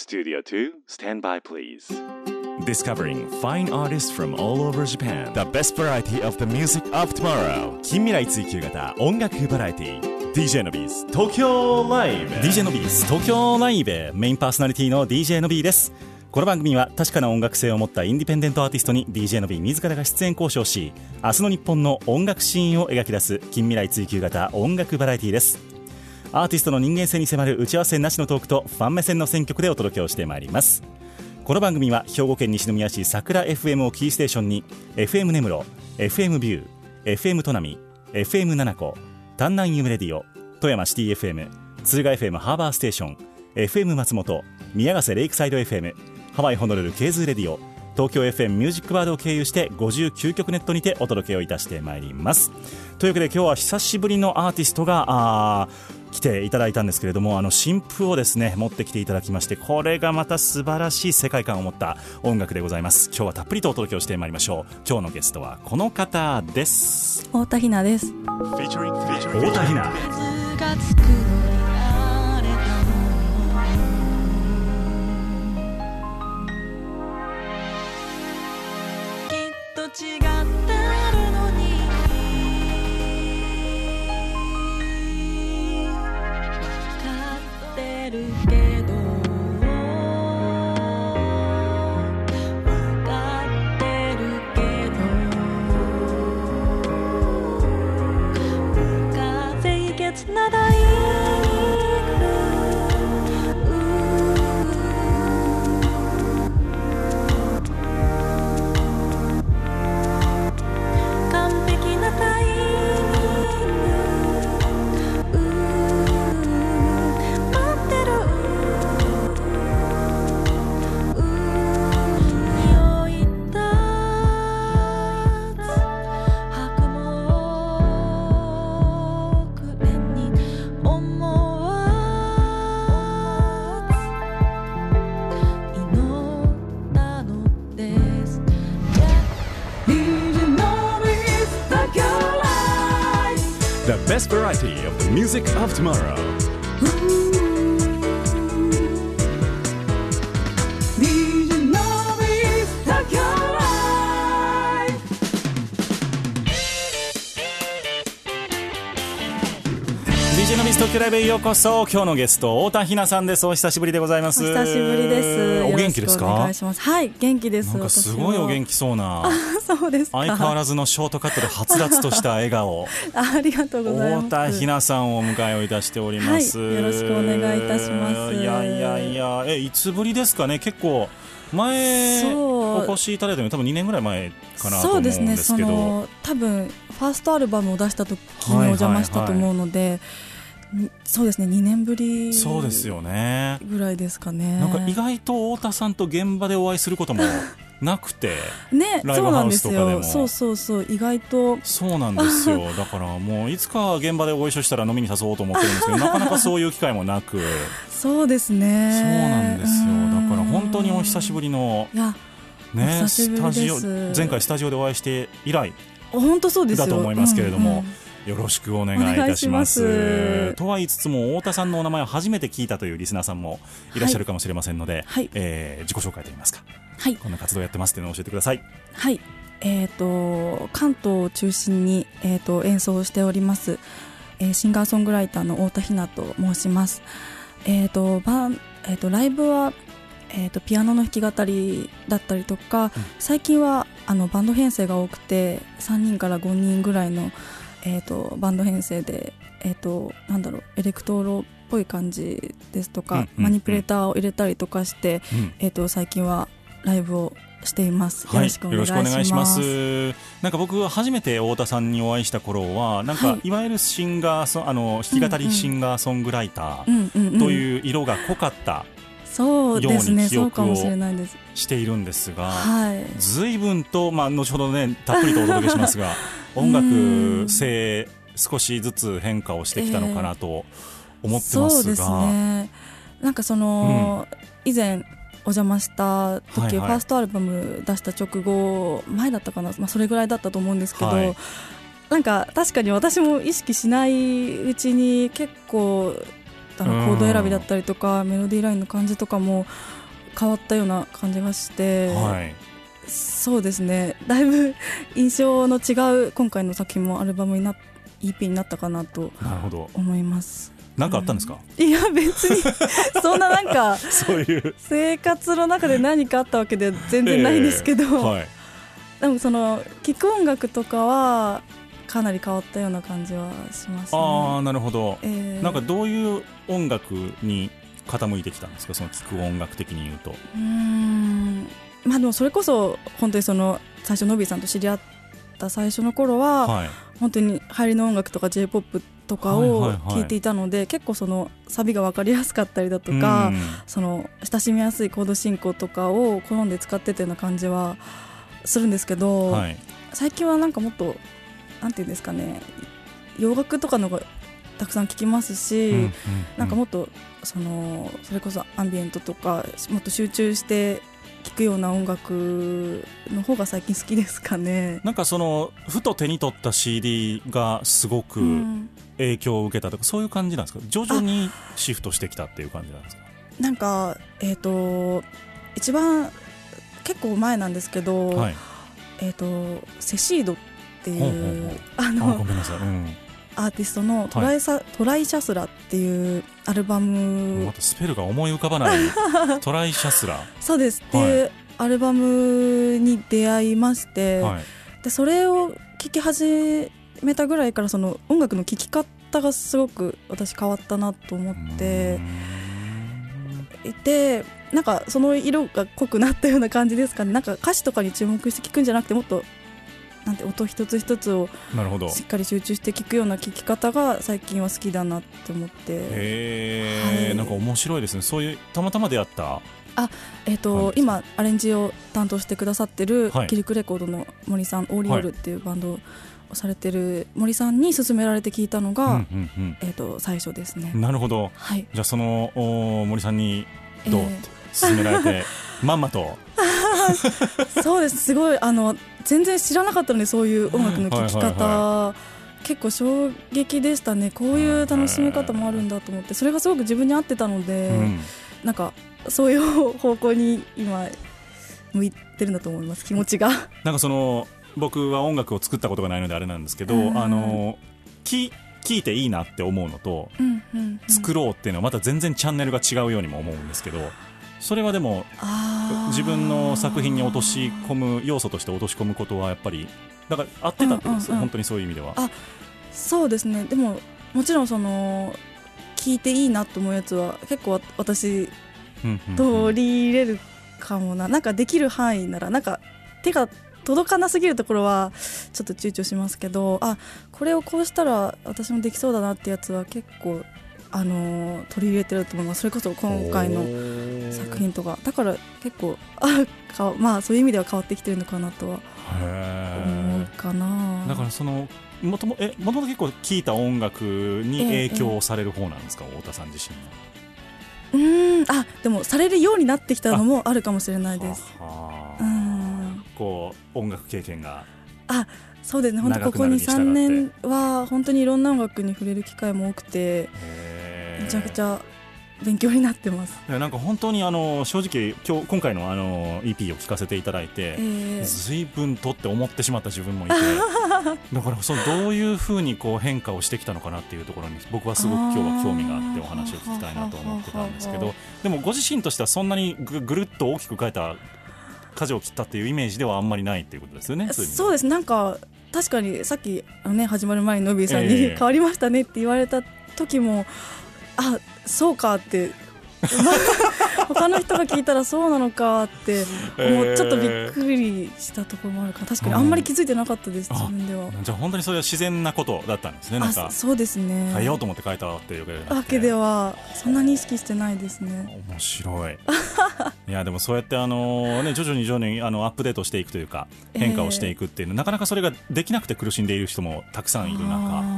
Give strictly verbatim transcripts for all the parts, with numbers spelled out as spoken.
Studio two, stand by please. Discovering fine artists from all over Japan. The best variety of the music of tomorrow. 近未来追求型音楽バラエティ ディージェー のビーズ東京ライブ ディージェー のビーズ東京ライブメインパーソナリティの ディージェー のビーです。この番組は確かな音楽性を持ったインディペンデントアーティストに ディージェー のビー自らが出演交渉し、明日の日本の音楽シーンを描き出す近未来追求型音楽バラエティです。アーティストの人間性に迫る打ち合わせなしのトークとファン目線の選曲でお届けをしてまいります。この番組は兵庫県西宮市桜 エフエム をキーステーションに エフエム 根室、エフエム ビュー、エフエム 砺波、エフエム 七子、丹南夢レディオ、富山シティ エフエム、敦賀 エフエム ハーバーステーション、エフエム 松本、宮ヶ瀬レイクサイド エフエム、ハワイホノルルケーズーレディオ、東京 エフエム ミュージックバードを経由してごじゅうきゅうきょくネットにてお届けをいたしてまいります。というわけで今日は久しぶりのアーティストがあ来ていただいたんですけれども、あの新譜をですね持ってきていただきまして、これがまた素晴らしい世界観を持った音楽でございます。今日はたっぷりとお届けをしてまいりましょう。今日のゲストはこの方です。 太田ひなです。 太田ひな。 違ってるのに分かってるけど分かってるけど無清潔な大 The best variety of the music of tomorrow. ディージェー のビー東京ライブディージェー のビーズ東京ライブへようこそ。今日のゲスト太田ひなさんです。お久しぶりでございます。 お久しぶりです。 お元気ですか？ よろしくお願いします。はい、元気です。 なんかすごいお元気そうな。 そうですか。 相変わらずのショートカットではつらつとした笑顔。 あ, ありがとうございます。 太田ひなさんをお迎えをいたしております、 はい、よろしくお願いいたします。 いやいやいや、えいつぶりですかね。結構前お越しいただいたの多分にねんぐらい前かなと思うんですけど。そうですね、その多分ファーストアルバムを出した時にお邪魔したと思うので、はいはいはい、そうですね、にねんぶりそうですよねぐらいですかね。 なんか意外と太田さんと現場でお会いすることもなくてね、 ライブハウスとかでもそうそうそう意外とそうなんですよ。だからもういつか現場でご一緒したら飲みに誘おうと思ってるんですけどなかなかそういう機会もなくそうですね、 そうなんですよ。だから本当にお久しぶりのいや、 ね、 お久しぶりです。 スタジオ前回スタジオでお会いして以来本当そうですよだと思いますけれども、 うんうんよろしくお願いいたします。とは言いつつも太田さんのお名前を初めて聞いたというリスナーさんもいらっしゃるかもしれませんので、はい、えー、自己紹介といいますか、はい、こんな活動やってますというのを教えてください。 はい、えー、と関東を中心に、えー、と演奏をしております、えー、シンガーソングライターの太田ひなと申します。えーとバンえー、とライブはえー、とピアノの弾き語りだったりとか、うん、最近はあのバンド編成が多くてさんにんからごにんぐらいのえー、とバンド編成で、えー、となんだろうエレクトロっぽい感じですとか、うんうんうん、マニピュレーターを入れたりとかして、うんえー、と最近はライブをしています。よろしくお願いします。はい、よろしくお願いします。 なんか僕は初めて太田さんにお会いした頃はなんか、はい、いわゆるシンガーソあの弾き語りシンガーソングライターという色が濃かったそうですね、そうかもしれないです。しているんですが、 はい、 随分と、まあ、後ほどねたっぷりとお届けしますが音楽性少しずつ変化をしてきたのかなと思ってますが、えー、そうですね。 なんかその、うん、以前お邪魔した時、はいはい、ファーストアルバム出した直後前だったかな、まあ、それぐらいだったと思うんですけど、はい、なんか確かに私も意識しないうちに結構あのコード選びだったりとかメロディーラインの感じとかも変わったような感じがして、 はい、 そうですね、だいぶ印象の違う今回の作品もアルバムにな イーピー になったかなと思います。 なんかあったんですか？ うん、いや別にそんななんかそういう生活の中で何かあったわけでは全然ないんですけど、えーはい、でもその聴く音楽とかはかなり変わったような感じはしますね。 ああ、なるほど、 えー、 なんかどういう音楽に傾いてきたんですか、その聴く音楽的に言うと。 うーん、まあでもそれこそ本当にその最初ノビーさんと知り合った最初の頃は、はい、本当に流行りの音楽とか J-ポップ とかを聴いていたので、はいはいはい、結構そのサビが分かりやすかったりだとか、その親しみやすいコード進行とかを好んで使ってたような感じはするんですけど、はい、最近はなんかもっとなんていうんですかね、洋楽とかのがたくさん聴きますし、うんうんうん、なんかもっとそのそれこそアンビエントとかもっと集中して聴くような音楽の方が最近好きですかね。 なんかそのふと手に取った シーディー がすごく影響を受けたとか、そういう感じなんですか？徐々にシフトしてきたっていう感じなんですか？ なんか、えーと、一番結構前なんですけど、はい、えーと、セシードっていうあのごめんなさい、うん、アーティストのトライサ、はい、トライシャスラっていうアルバム、 またスペルが思い浮かばないトライシャスラそうです、はい、っていうアルバムに出会いまして、はい、でそれを聴き始めたぐらいからその音楽の聴き方がすごく私変わったなと思っていて、なんかその色が濃くなったような感じですかね。なんか歌詞とかに注目して聴くんじゃなくて、もっとなんて音一つ一つをしっかり集中して聴くような聴き方が最近は好きだなって思って。 へー、はい、なんか面白いですね。そういうたまたま出会ったあ、えーと、今アレンジを担当してくださってる、はい、キルクレコードの森さん、オーリオールっていうバンドをされてる森さんに勧められて聞いたのが、うんうんうん、えーと、最初ですね。 なるほど、はい、じゃあその森さんにどう、えー、勧められてまんまとそうです、すごいあの全然知らなかったので、そういう音楽の聴き方、はいはいはい、結構衝撃でしたね。こういう楽しみ方もあるんだと思って、それがすごく自分に合ってたので、うん、なんかそういう方向に今向いてるんだと思います、気持ちが。 なんかその僕は音楽を作ったことがないのであれなんですけど、あの聴いていいなって思うのと、うんうんうん、作ろうっていうのはまた全然チャンネルが違うようにも思うんですけど、それはでも自分の作品に落とし込む要素として落とし込むことはやっぱりだから合ってたってことです、うんうんうん、本当にそういう意味では。 あ、そうですね。でももちろんその聴いていいなと思うやつは結構私取り入れるかもな。なんかできる範囲なら、なんか手が届かなすぎるところはちょっと躊躇しますけど、あ、これをこうしたら私もできそうだなってやつは結構あのー、取り入れてると思います。それこそ今回の作品とかだから結構あか、まあ、そういう意味では変わってきてるのかなとは思うかな。 だからそのもともえもともと結構聴いた音楽に影響される方なんですか、ええ、太田さん自身は。 うーん、あ、でもされるようになってきたのもあるかもしれないです。はは、うん、 こう音楽経験があ、そうですね、本当ここ にさんねんは本当にいろんな音楽に触れる機会も多くて、めちゃくちゃ勉強になってます。 いや、なんか本当にあの正直今日今回のあの イーピー を聴かせていただいて、えー、随分とって思ってしまった自分もいてだからそうどういうふうにこう変化をしてきたのかなっていうところに僕はすごく今日は興味があってお話を聞きたいなと思ってたんですけど、でもご自身としてはそんなに ぐ, ぐるっと大きく変えた舵を切ったっていうイメージではあんまりないっていうことですよね。 そうそうです。なんか確かにさっきあの、ね、始まる前にノビーさんに、えー、変わりましたねって言われた時も、あ、そうかって他の人が聞いたらそうなのかってもうちょっとびっくりしたところもあるから、確かにあんまり気づいてなかったです、うん、自分では。 じゃあ本当にそれは自然なことだったんですね。なんかそうですね、 変えようと思って変えたっていうわけではそんなに意識してないですね。 面白いいやでもそうやってあの、ね、徐々に徐々にあのアップデートしていくというか変化をしていくっていうの、えー、なかなかそれができなくて苦しんでいる人もたくさんいる中、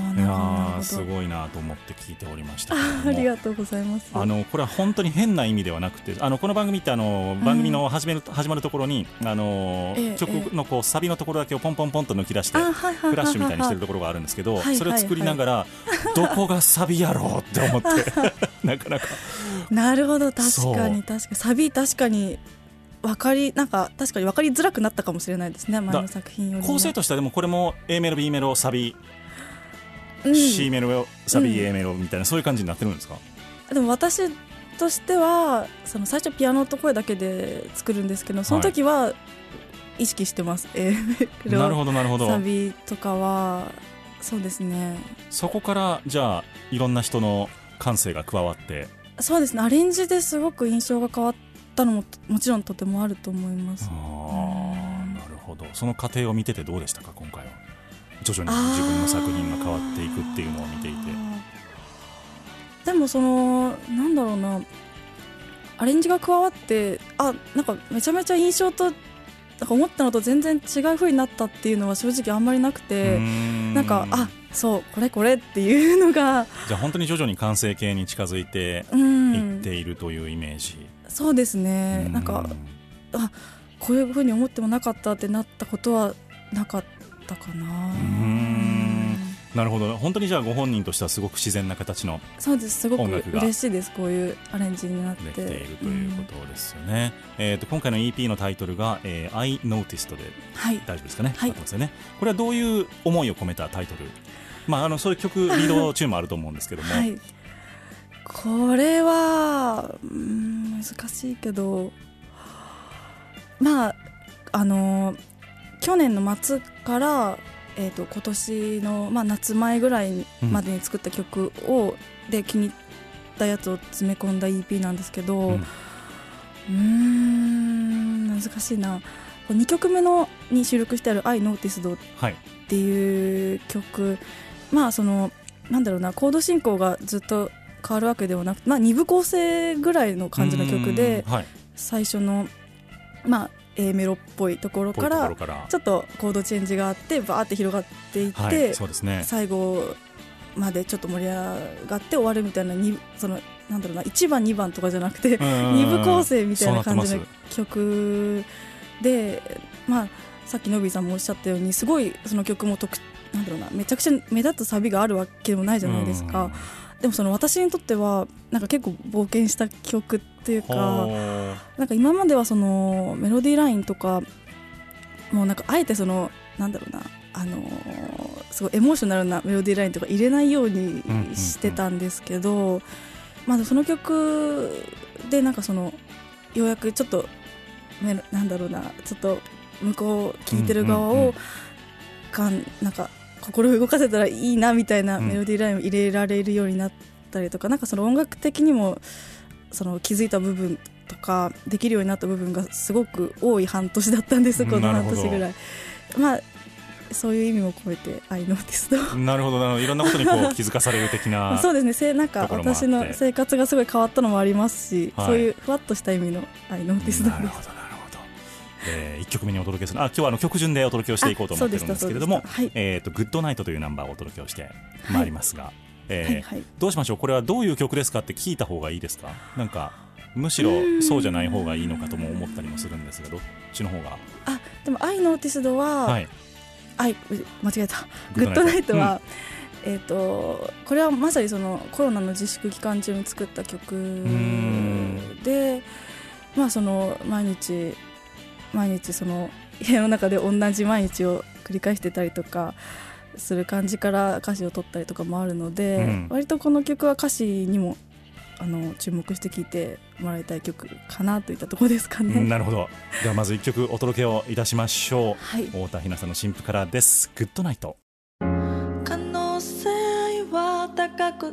あー、なるほどなるほど。 すごいなと思って聞いておりましたけれどもありがとうございます。 あのこれは本当に変な意味ではなくて、あのこの番組ってあの番組の始める、始まるところにあの、 ええ、 曲のこうサビのところだけをポンポンポンと抜き出してあはいはいはいはいフラッシュみたいにしてるところがあるんですけど、 はいはいはいそれを作りながらどこがサビやろうって思ってなかなかなるほど、確そうかに確かにサビ確かに分かりなんか確かに分かりづらくなったかもしれないですね、前の作品よりも。 構成としてはでもこれも A メロ B メロサビ、 うん、 C メロサビ、 うん、 A メロみたいなそういう感じになってるんですか？ でも私としてはその最初ピアノと声だけで作るんですけど、その時は意識してます、はい、A メロなるほどなるほど。 サビとかはそうですね。 そこからじゃあいろんな人の感性が加わって。 そうですね、アレンジですごく印象が変わったのももちろんとてもあると思います。 あー、なるほど。その過程を見ててどうでしたか今回は？徐々に自分の作品が変わっていくっていうのを見ていて。 でもそのなんだろうな、アレンジが加わってあなんかめちゃめちゃ印象となんか思ったのと全然違う風になったっていうのは正直あんまりなくて、んなんかあそうこれこれっていうのがじゃあ本当に徐々に完成形に近づいていっているというイメージ。 そうですね、んなんかあこういう風に思ってもなかったってなったことはなかったかな。うーん、 なるほど。本当にじゃあご本人としてはすごく自然な形のそうです、すごく嬉しいです。こういうアレンジになってできているということですよね。うん、えー、と今回の イーピー のタイトルが、えー、I Noticed で大丈夫ですかね、はい、ますよね。これはどういう思いを込めたタイトル、まあ、あのそういう曲リードチューンもあると思うんですけども、はい、 これはうーん難しいけど、まああの去年の末からえー、と今年の、まあ、夏前ぐらいまでに作った曲を、うん、で気に入ったやつを詰め込んだ イーピー なんですけど、うん、うーん難しいな。にきょくめのに収録してある I Noticed っていう曲、はい、まあそのなんだろうな、コード進行がずっと変わるわけではなくて、まあ、に部構成ぐらいの感じの曲で、はい、最初のまあA メロっぽいところからちょっとコードチェンジがあってバーって広がっていって、はい、そうですね、最後までちょっと盛り上がって終わるみたいな、にそのなんだろうな、いちばんにばんとかじゃなくてに部構成みたいな感じの曲で、まあ、さっきのびーさんもおっしゃったようにすごいその曲も特なんだろうな、めちゃくちゃ目立つサビがあるわけでもないじゃないですか。でもその私にとってはなんか結構冒険した曲っていうか、なんか今まではそのメロディーラインとかもうなんかあえてそのなんだろうな、あのー、すごいエモーショナルなメロディーラインとか入れないようにしてたんですけど、うんうんうん、まあ、その曲でなんかそのようやくちょっとなんだろうな、ちょっと向こう聴いてる側を、うんうんうん、かなんか心動かせたらいいなみたいなメロディーラインを入れられるようになったりとか、うん、なんかその音楽的にもその気づいた部分とかできるようになった部分がすごく多い半年だったんです、この半年ぐらい。まあそういう意味も込めて I Noticed。 なるほどなるほど、いろんなことにこう気づかされる的なそうですね、なんか私の生活がすごい変わったのもありますし、はい、そういうふわっとした意味の I Noticed です。 なるほど、えー、いっきょくめにお届けする、あ今日はあの曲順でお届けをしていこうと思ってるんですけれども、はい、えーとグッドナイトというナンバーをお届けをしてまいりますが、はい、えーはいはい、どうしましょう。これはどういう曲ですかって聞いた方がいいですか？なんかむしろそうじゃない方がいいのかとも思ったりもするんですが、どっちの方が。 あでも I Noticed は、はい、あい間違えたグッドナイトは、うん、えーとこれはまさにそのコロナの自粛期間中に作った曲で、まあその毎日毎日その部屋の中で同じ毎日を繰り返してたりとかする感じから歌詞を取ったりとかもあるので、うん、割とこの曲は歌詞にもあの注目して聴いてもらいたい曲かなといったところですかね。 なるほど。ではまずいっきょくお届けをいたしましょう、はい、太田ひなさんの新譜からです。グッドナイト。 可能性は高く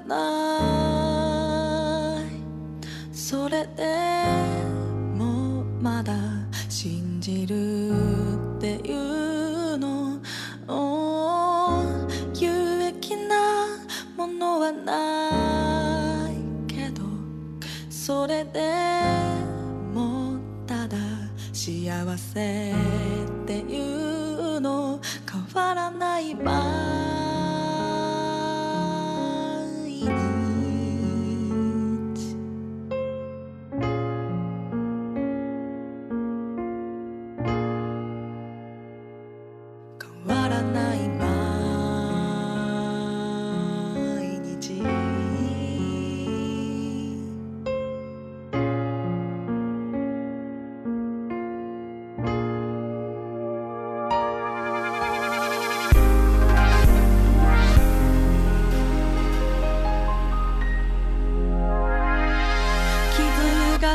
ない、それでもまだ信じるっていうの、有益なものはないけど、それでもただ幸せっていうの変わらないま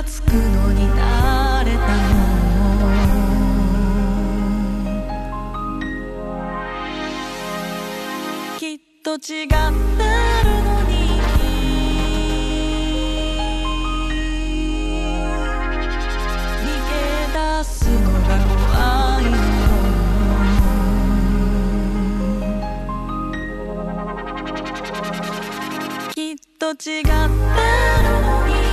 がつくのに慣れたのきっと違ってるのに逃げ出すのが怖いのきっと違ってるのに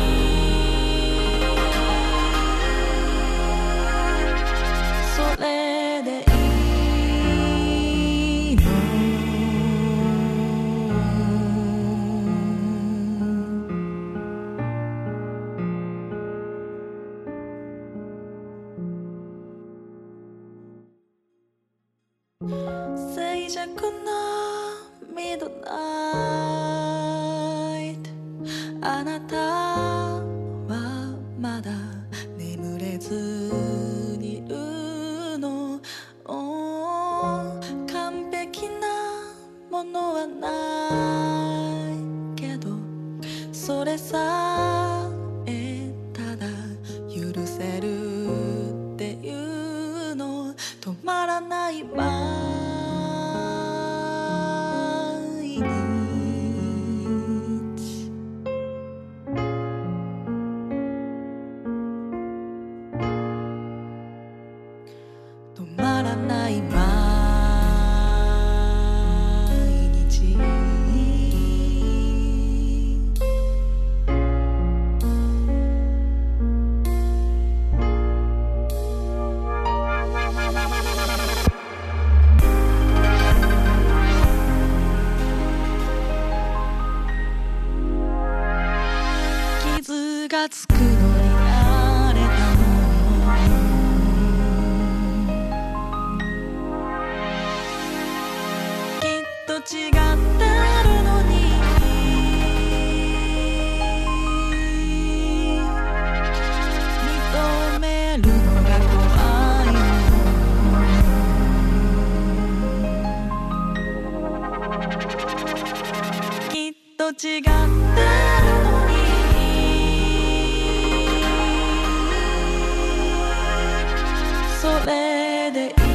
それでいいの静寂なミッドナイトあなたはまだ眠れずにいるの、oh、完璧なものはないけどそれさえただ許せるっていうの止まらない毎日止まらない毎日傷がつくのに慣れたの違ってるのに認めるのが怖いのきっと違ってるのにそれでいい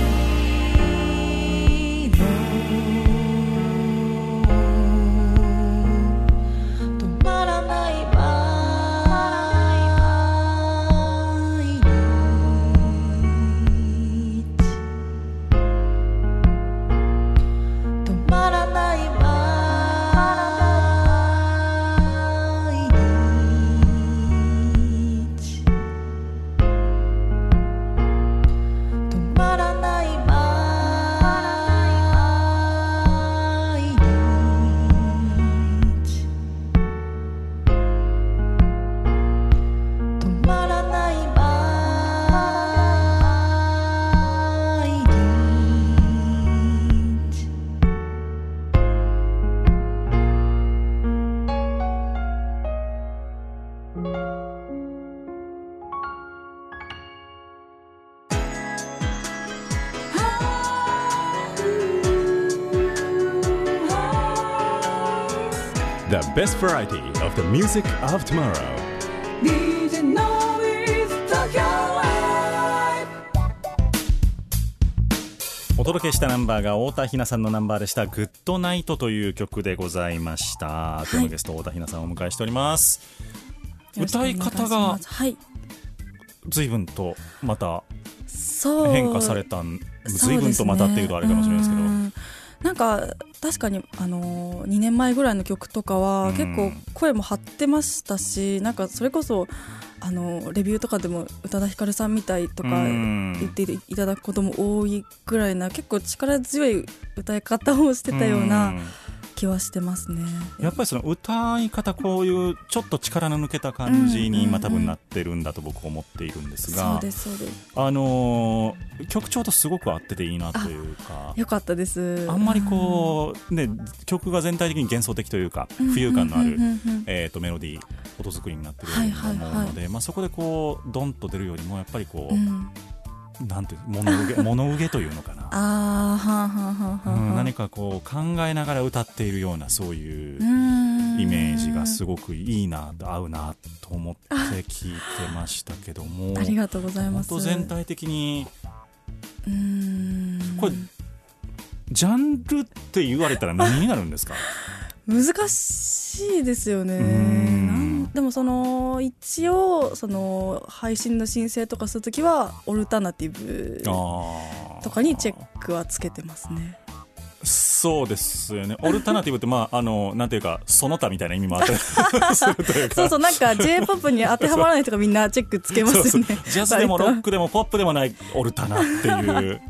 The best variety of the music of tomorrow. ディージェー の is Tokyo Live お届けしたナンバーが太田ひなさんのナンバーでしたグッドナイトという曲でございました、はい、今日のゲスト太田ひなさんをお迎えしております。歌い方が随分とまた変化されたん、随分とまたっていうとあれかもしれないですけど、 なんか確かにあのにねんまえぐらいの曲とかは結構声も張ってましたし、なんかそれこそあのレビューとかでも宇多田ヒカルさんみたいとか言っていただくことも多いぐらいな、結構力強い歌い方をしてたような気はしてますね。 やっぱりその歌い方、こういうちょっと力の抜けた感じに今多分なってるんだと僕は思っているんですが、 そうですそうです。 あのー、曲調とすごく合ってていいなというか、 よかったです。 あんまりこう、ね、曲が全体的に幻想的というか浮遊感のある、えー、とメロディー音作りになってるように思うので、はいはいはい、まあ、そこでこうドンと出るよりもやっぱりこう、うんなんて物憂げ物憂げというのかなあ、はははは、うん、何かこう考えながら歌っているようなそういうイメージがすごくいいな、合うなと思って聞いてましたけどもありがとうございます。 本当全体的にうーんこれジャンルって言われたら何になるんですか？ 難しいですよね。 うーんなんでもその一応その配信の申請とかするときはオルタナティブあとかにチェックはつけてますね。 そうですよね。オルタナティブって、まあ、あのなんていうかその他みたいな意味もあったりするというかそうそう、なんか J-ポップ に当てはまらない人がみんなチェックつけますよね。 そうそうジャズでもロックでもポップでもないオルタナっていう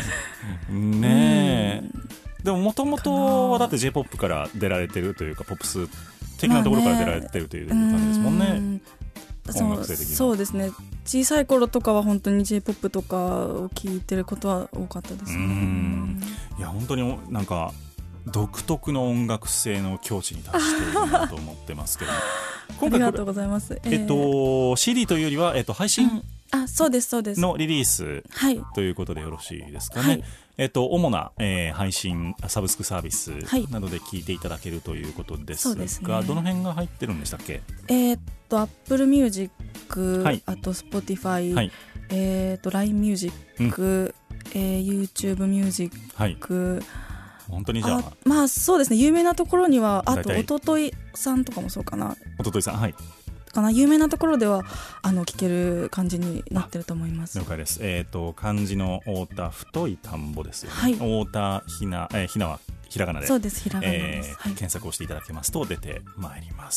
ねえ。でももともとはだって J-ポップ から出られてるというかポップス的なところから出られてるという感じですもんね。 うん音楽性的にそうですね。小さい頃とかは本当に J-ポップ とかを聴いてることは多かったですね。 うんいや本当になんか独特の音楽性の境地に達しているなと思ってますけどありがとうございます。 えっと、シーディー というよりは、えっと、配信、うんあそうですそうですのリリースということでよろしいですかね。はいえっと、主な、えー、配信サブスクサービスなどで聞いていただけるということですが、はいね、どの辺が入ってるんでしたっけ？ えー、っと Apple Music、 はい、 あと Spotify、 はいえー、っと ライン Music、うんえー、YouTube Music、はい、 本当にじゃああまあそうですね有名なところにはあとおとといさんとかもそうかなおとといさんはいかな有名なところではあの聞ける感じになってると思います。 了解です。えっ、ー、と漢字の太田太い田んぼですよね。 はい、 太田ひな、えー、ひなはひらがなでそうですひらがなです、 えーはい、 検索をしていただけますと出てまいります。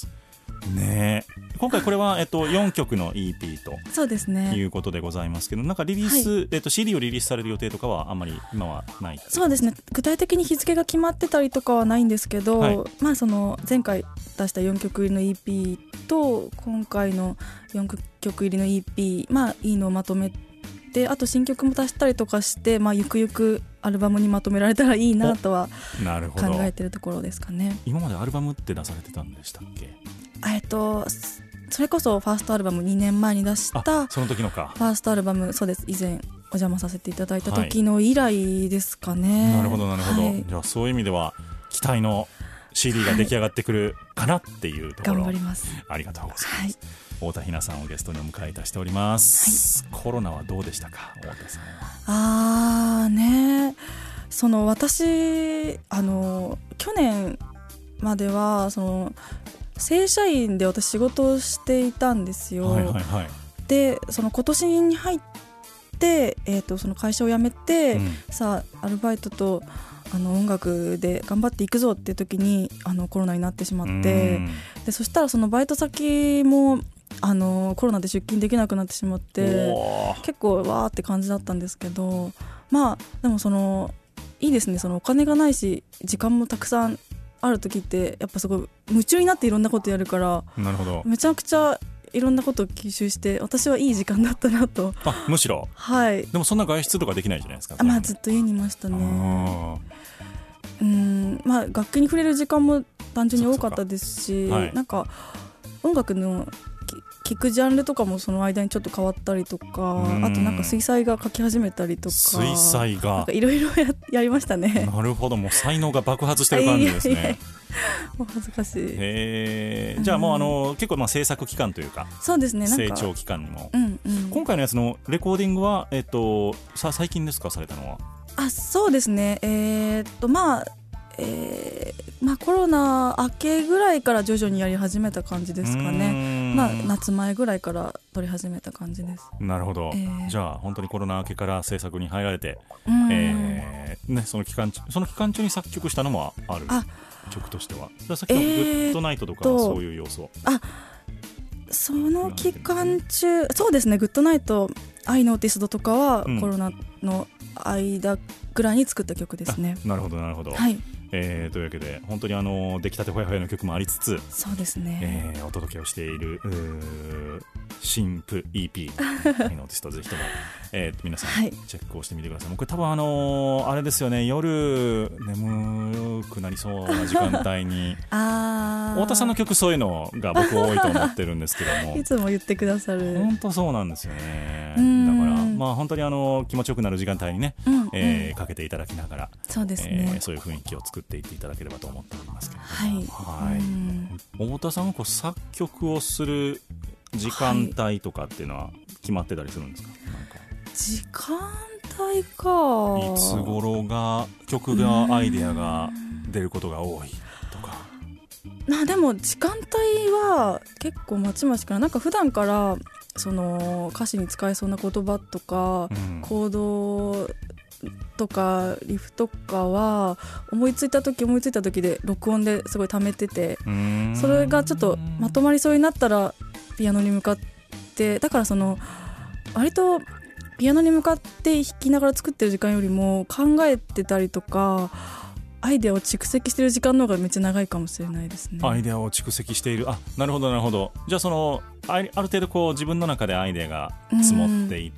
はいね、今回これは、えっと、よんきょくの イーピー とそうですねいうことでございますけどなんかリリース、はいえっと、シーディー をリリースされる予定とかはあんまり今はないそうですね具体的に日付が決まってたりとかはないんですけど、はいまあ、その前回出したよんきょく入りの イーピー と今回のよんきょく入りの イーピー、まあ、いいのをまとめてあと新曲も足したりとかして、まあ、ゆくゆくアルバムにまとめられたらいいなとは考えてるところですかね。 今までアルバムって出されてたんでしたっけ？ えっとそれこそファーストアルバムにねんまえに出したその時のかファーストアルバムそうです以前お邪魔させていただいた時の以来ですかね、 はい、なるほどなるほど、はい、じゃあそういう意味では期待の シーディー が出来上がってくるかなっていうところ、 頑張ります。 ありがとうございます、 はい、 太田ひなさんをゲストにお迎えいたしております、はい、コロナはどうでしたか太田さんは？ あーねその私あの去年まではその正社員で私仕事をしていたんですよ、 はいはいはい、 でその今年に入って、えー、とその会社を辞めて、うん、さあアルバイトとあの音楽で頑張っていくぞっていう時にあのコロナになってしまってでそしたらそのバイト先もあのコロナで出勤できなくなってしまって結構わーって感じだったんですけどまあでもそのいいですねそのお金がないし時間もたくさんある時ってやっぱすごい夢中になっていろんなことやるからなるほどめちゃくちゃいろんなことを吸収して私はいい時間だったなと。 あむしろ、 はい、 でもそんな外出とかできないじゃないですか。 あ、まあ、ずっと家にいましたね。うんまあ楽器に触れる時間も単純に多かったですし、はい、なんか音楽の聴くジャンルとかもその間にちょっと変わったりとかあとなんか水彩画描き始めたりとか水彩画いろいろやりましたね。 なるほどもう才能が爆発してる感じですね。いやいやもう恥ずかしい。 へじゃあもうあの、うん、結構まあ制作期間というかそうですねなんか成長期間にも、 うんうん、 今回のやつのレコーディングは、えっと、さ最近ですかされたのは？ あそうですねえー、っとまあえーまあ、コロナ明けぐらいから徐々にやり始めた感じですかね。まあ、夏前ぐらいから撮り始めた感じです。 なるほど、えー、じゃあ本当にコロナ明けから制作に入られて、えーね、その期間中その期間中に作曲したのもある曲としてはさっきのグッドナイトとかはそういう要素、 えー、あその期間中そうですねグッドナイトアイノーティスドとかはコロナの間ぐらいに作った曲ですね。 なるほどなるほど、 はいえー、というわけで本当にあの出来たてほやほやの曲もありつつそうですね、 えー、お届けをしている新プ イーピー アイノーティストぜひとも、えー、皆さんチェックをしてみてください、はい、これ多分あのー、あれですよね夜眠くなりそうな時間帯にあ太田さんの曲そういうのが僕多いと思ってるんですけどもいつも言ってくださる本当そうなんですよね。だからまあ、本当にあの気持ちよくなる時間帯にね、 うんえーうん、 かけていただきながら、 そうですね、 えー、そういう雰囲気を作っていっていただければと思っておりますけれども、 はい、 はい、 うん、 太田さんはこう作曲をする時間帯とかっていうのは決まってたりするんですか？なんか時間帯か、 いつ頃が曲がアイデアが出ることが多いとか。 まあでも時間帯は結構まちまちかな。なんか普段からその歌詞に使えそうな言葉とか、うん、コードとかリフとかは思いついた時思いついた時で録音ですごい溜めてて、それがちょっとまとまりそうになったらピアノに向かって、だからその割とピアノに向かって弾きながら作ってる時間よりも考えてたりとかアイデアを蓄積してる時間の方がめっちゃ長いかもしれないですね。 アイデアを蓄積している。あ、なるほどなるほど。じゃあその あ, ある程度こう自分の中でアイデアが積もっていって、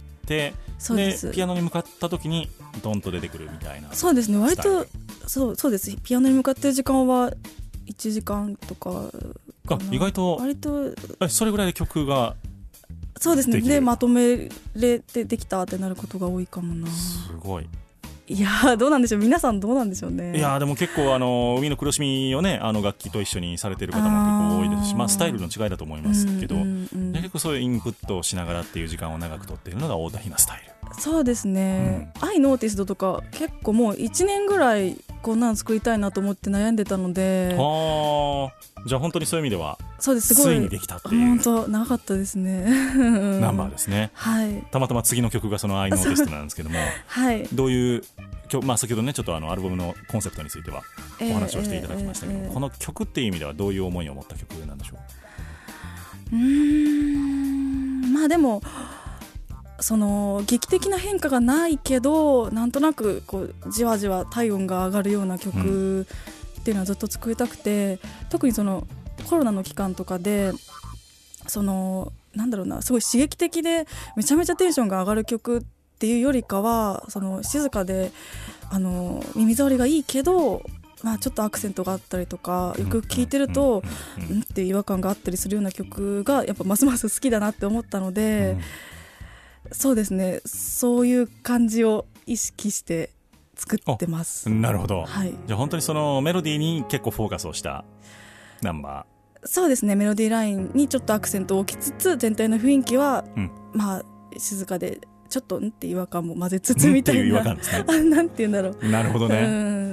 そうです。 でピアノに向かった時にドンと出てくるみたいな。 そうですね、割とそうそうです。ピアノに向かってる時間はいちじかんとかかな。 あ、意外と割とそれぐらいで曲がそうですね。でまとめれてできたってなることが多いかもな。 すごい。 いやどうなんでしょう、皆さんどうなんでしょうね。 いやでも結構あの海の苦しみをね、あの楽器と一緒にされている方も結構多いですし、まあ、スタイルの違いだと思いますけど、うんうんうん、結構そういうインプットをしながらっていう時間を長くとっているのが太田ひなスタイル。 そうですね、うん、アイノーティストとか結構もういちねんぐらいこんなの作りたいなと思って悩んでたので、 はじゃあ本当にそういう意味ではそうです、すごいついにできたっていう本当長かったですねナンバーですね、 はい、 たまたま次の曲がそのアイノーティストなんですけども、 はい、 どういうまあ、先ほどねちょっとあのアルバムのコンセプトについてはお話をしていただきましたけど、えーえーえー、この曲っていう意味ではどういう思いを持った曲なんでしょう？ うーんまあでもその劇的な変化がないけどなんとなくこうじわじわ体温が上がるような曲っていうのはずっと作りたくて、うん、特にそのコロナの期間とかでそのなんだろうなすごい刺激的でめちゃめちゃテンションが上がる曲っていうよりかはその静かであの耳障りがいいけど、まあ、ちょっとアクセントがあったりとかよく聴いてるとうんっていう違和感があったりするような曲がやっぱますます好きだなって思ったので、うん、そうですね、そういう感じを意識して作ってます。 なるほど、 はい、 じゃあ本当にそのメロディーに結構フォーカスをしたナンバー。そうですね、メロディーラインにちょっとアクセントを置きつつ全体の雰囲気は、うん、まあ静かでちょっとんって違和感も混ぜつつみたいな、 うんっていう違和感ですねなんて言うんだろう。 なるほどね、 うん、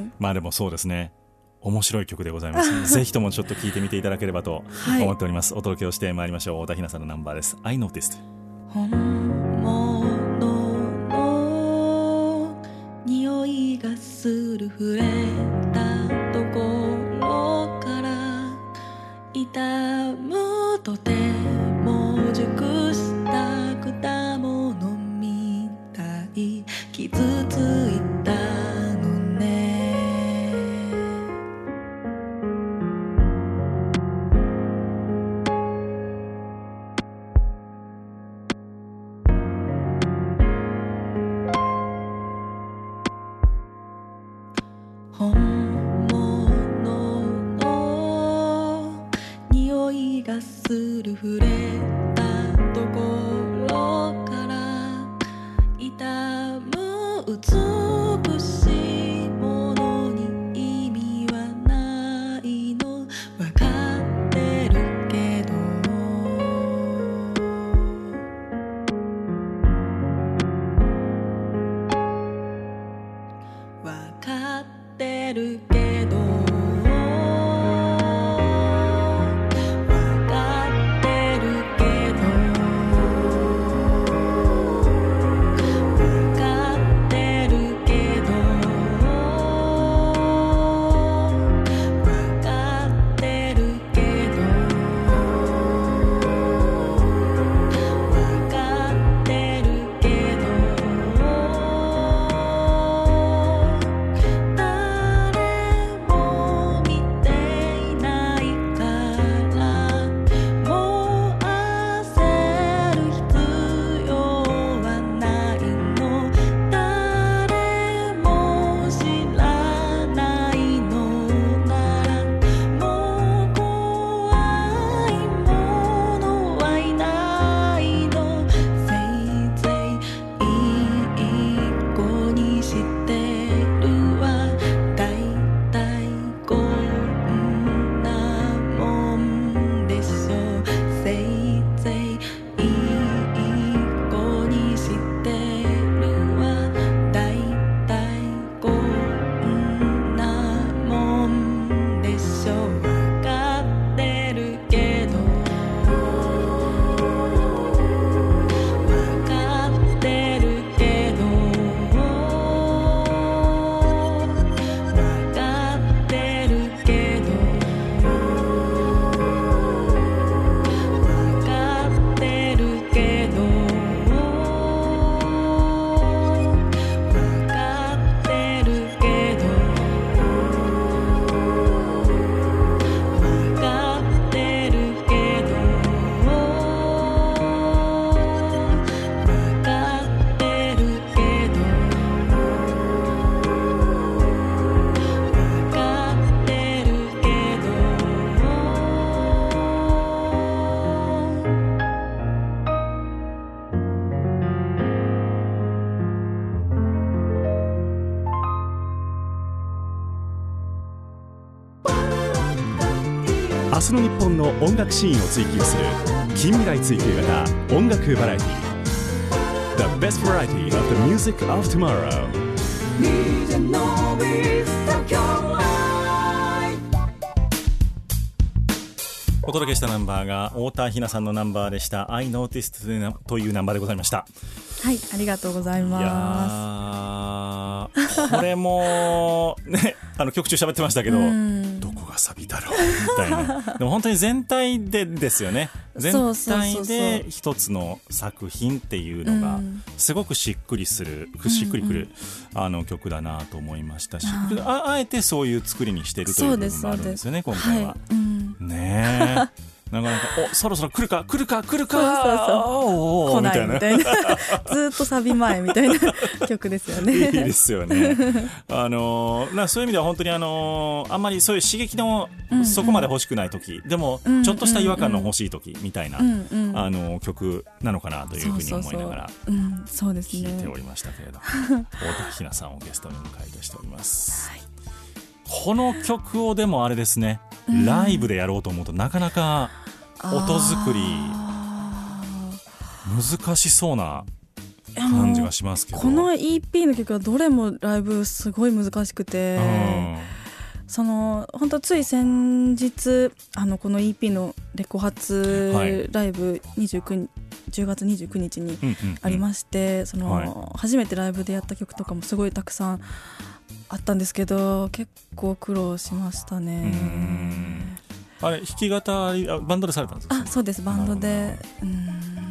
まあでもそうですね、面白い曲でございますぜひともちょっと聴いてみていただければと思っております、はい、お届けをしてまいりましょう。太田ひなさんのナンバーです。 I Noticed。 本物の匂いがする触れたところから痛むとても熟した果物みたい傷ついたのね。本物の匂いがする触れたところから痛む美しいものに意味はないのわかってるけどわかってるけどわかってる日の日本の音楽シーンを追求する近未来追求型音楽バラエティ The best variety of the music of tomorrow。 お届けしたナンバーが太田ひなさんのナンバーでした。 I Noticed というナンバーでございました。 はい、ありがとうございます。 いやこれもね、あの曲中喋ってましたけど、 どこがサビだろうみたいなでも本当に全体でですよね。全体で一つの作品っていうのがすごくしっくりする、うん、しっくりくる、うん、あの曲だなと思いましたし、うん、あ, あえてそういう作りにしてるという部分もあるんですよね、今回は、はい、うん、ねえなかなかおそろそろ来るか来るか来るかそうそうそう来ないみたいなずっとサビ前みたいな曲ですよね。いいですよね。あのなそういう意味では本当にあのあんまりそういう刺激のそこまで欲しくない時、うんうん、でもちょっとした違和感の欲しい時みたいな、うんうん、あの曲なのかなというふうに思いながら聞いておりましたけれども、太田ひなさんをゲストに迎えとしております、はい、この曲をでもあれですね、ライブでやろうと思うとなかなか音作り難しそうな感じがしますけど、 この イーピー の曲はどれもライブすごい難しくて、その本当つい先日あのこの イーピー のレコ発ライブにじゅうくにちじゅうがつにじゅうくにちにありまして、うんうんうん、その、はい、初めてライブでやった曲とかもすごいたくさんあったんですけど、結構苦労しましたね。うーん、 あれ弾き語りバンドでされたんですか？ あ、そうです、バンドで。うん、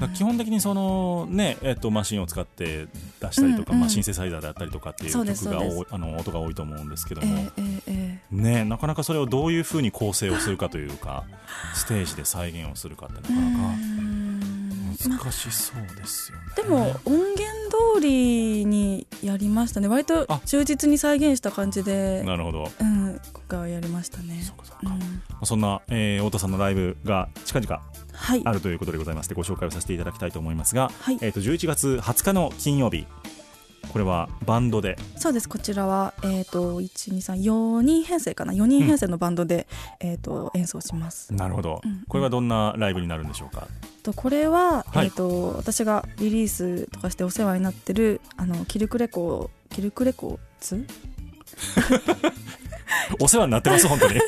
基本的にその、ねえっと、マシンを使って出したりとか、うんうん、まあ、シンセサイザーであったりとかっていう曲が多い、あの音が多いと思うんですけども、えーえーえーね、なかなかそれをどういうふうに構成をするかというかステージで再現をするかってなかなか難しそうですよね。 でも音源通りにやりましたね。割と忠実に再現した感じで。 なるほど、 うん、今回はやりましたね。 そうかそうか、うん、そんな、えー、太田さんのライブが近々あるということでございまして、はい、ご紹介をさせていただきたいと思いますが、はい、えー、とじゅういちがつはつかの金曜日、これはバンドで。 そうです、こちらは、えー、といちにさんよにん編成かな、よにん編成のバンドで、うん、えー、と演奏します。 なるほど、うん、これはどんなライブになるんでしょうか？ とこれは、はい、えー、と私がリリースとかしてお世話になってるあのキルクレコキルクレコーズお世話になってます本当に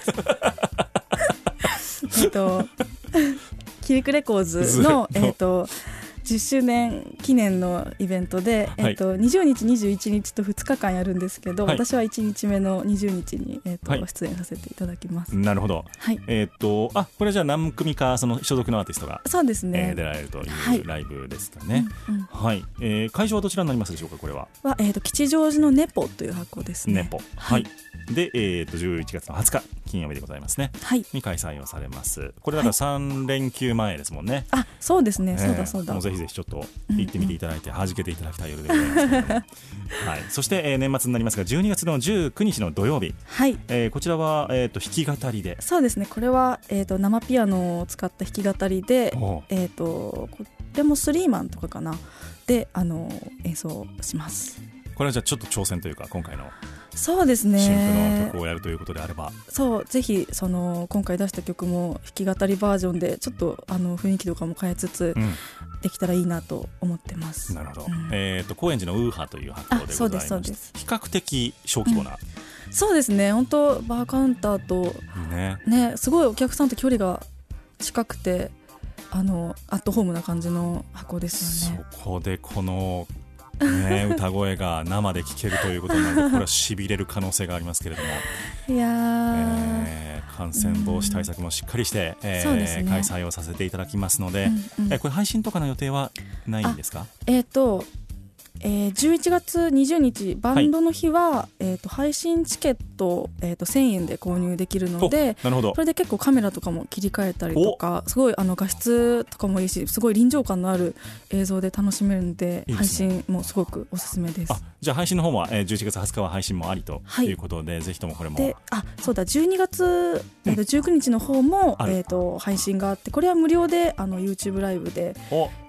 えっとキルクレコーズの、えー、とじゅっしゅうねん記念のイベントで、はい、えー、とにじゅうにちにじゅういちにちとふつかかんやるんですけど、はい、私はいちにちめのにじゅうにちに、えーとはい、出演させていただきます。 なるほど、はい、えー、とあこれじゃあ何組かその所属のアーティストがそうですね、 えー、出られるというライブですかね。はい、うんうん、はい、えー、会場はどちらになりますでしょうか？これはは、えー、と吉祥寺のネポという箱ですね。 ネポ、はい、はい、で、えー、とじゅういちがつのはつか金曜日でございますね、はい、に開催をされます。これだからさんれんきゅうまえですもんね。 あ、そうですね、えー、そうだそうだ。 もうぜひぜひちょっと行ってみていただいて、うんうん、弾けていただきたい夜でございますけれどもはい、そして、えー、年末になりますがじゅうにがつのじゅうくにちの土曜日、はい、えー、こちらは、えー、と弾き語りで。 そうですね、これは、えー、と生ピアノを使った弾き語りで、えー、とこれもスリーマンとかかなであの演奏します。 これはじゃあちょっと挑戦というか今回のそうですね、 新譜の曲をやるということであれば、 そうぜひその今回出した曲も弾き語りバージョンでちょっとあの雰囲気とかも変えつつ、うん、できたらいいなと思ってます。 なるほど、うん、えー、と高円寺のウーハという発行でございます。そうですそうです。比較的小規模な、 うん、そうですね、本当バーカウンターと、ねね、すごいお客さんと距離が近くてあのアットホームな感じの箱ですよね。 そこでこのね、歌声が生で聴けるということになるとこれはしびれる可能性がありますけれどもいや、 えー、感染防止対策もしっかりして、えーね、開催をさせていただきますので、うんうん、えこれ配信とかの予定はないんですか？ えーとえー、じゅういちがつにじゅうにちバンドの日は、はい、えー、と配信チケット、えー、とせんえんで購入できるので、 なるほど、 これで結構カメラとかも切り替えたりとかすごいあの画質とかもいいしすごい臨場感のある映像で楽しめるので、いいですね、配信もすごくおすすめです。 あじゃあ配信の方も、えー、じゅういちがつはつかは配信もありということで、はい、ぜひともこれもであそうだじゅうにがつ、えー、とじゅうくにちの方も、うん、えー、と配信があってこれは無料であの YouTube ライブで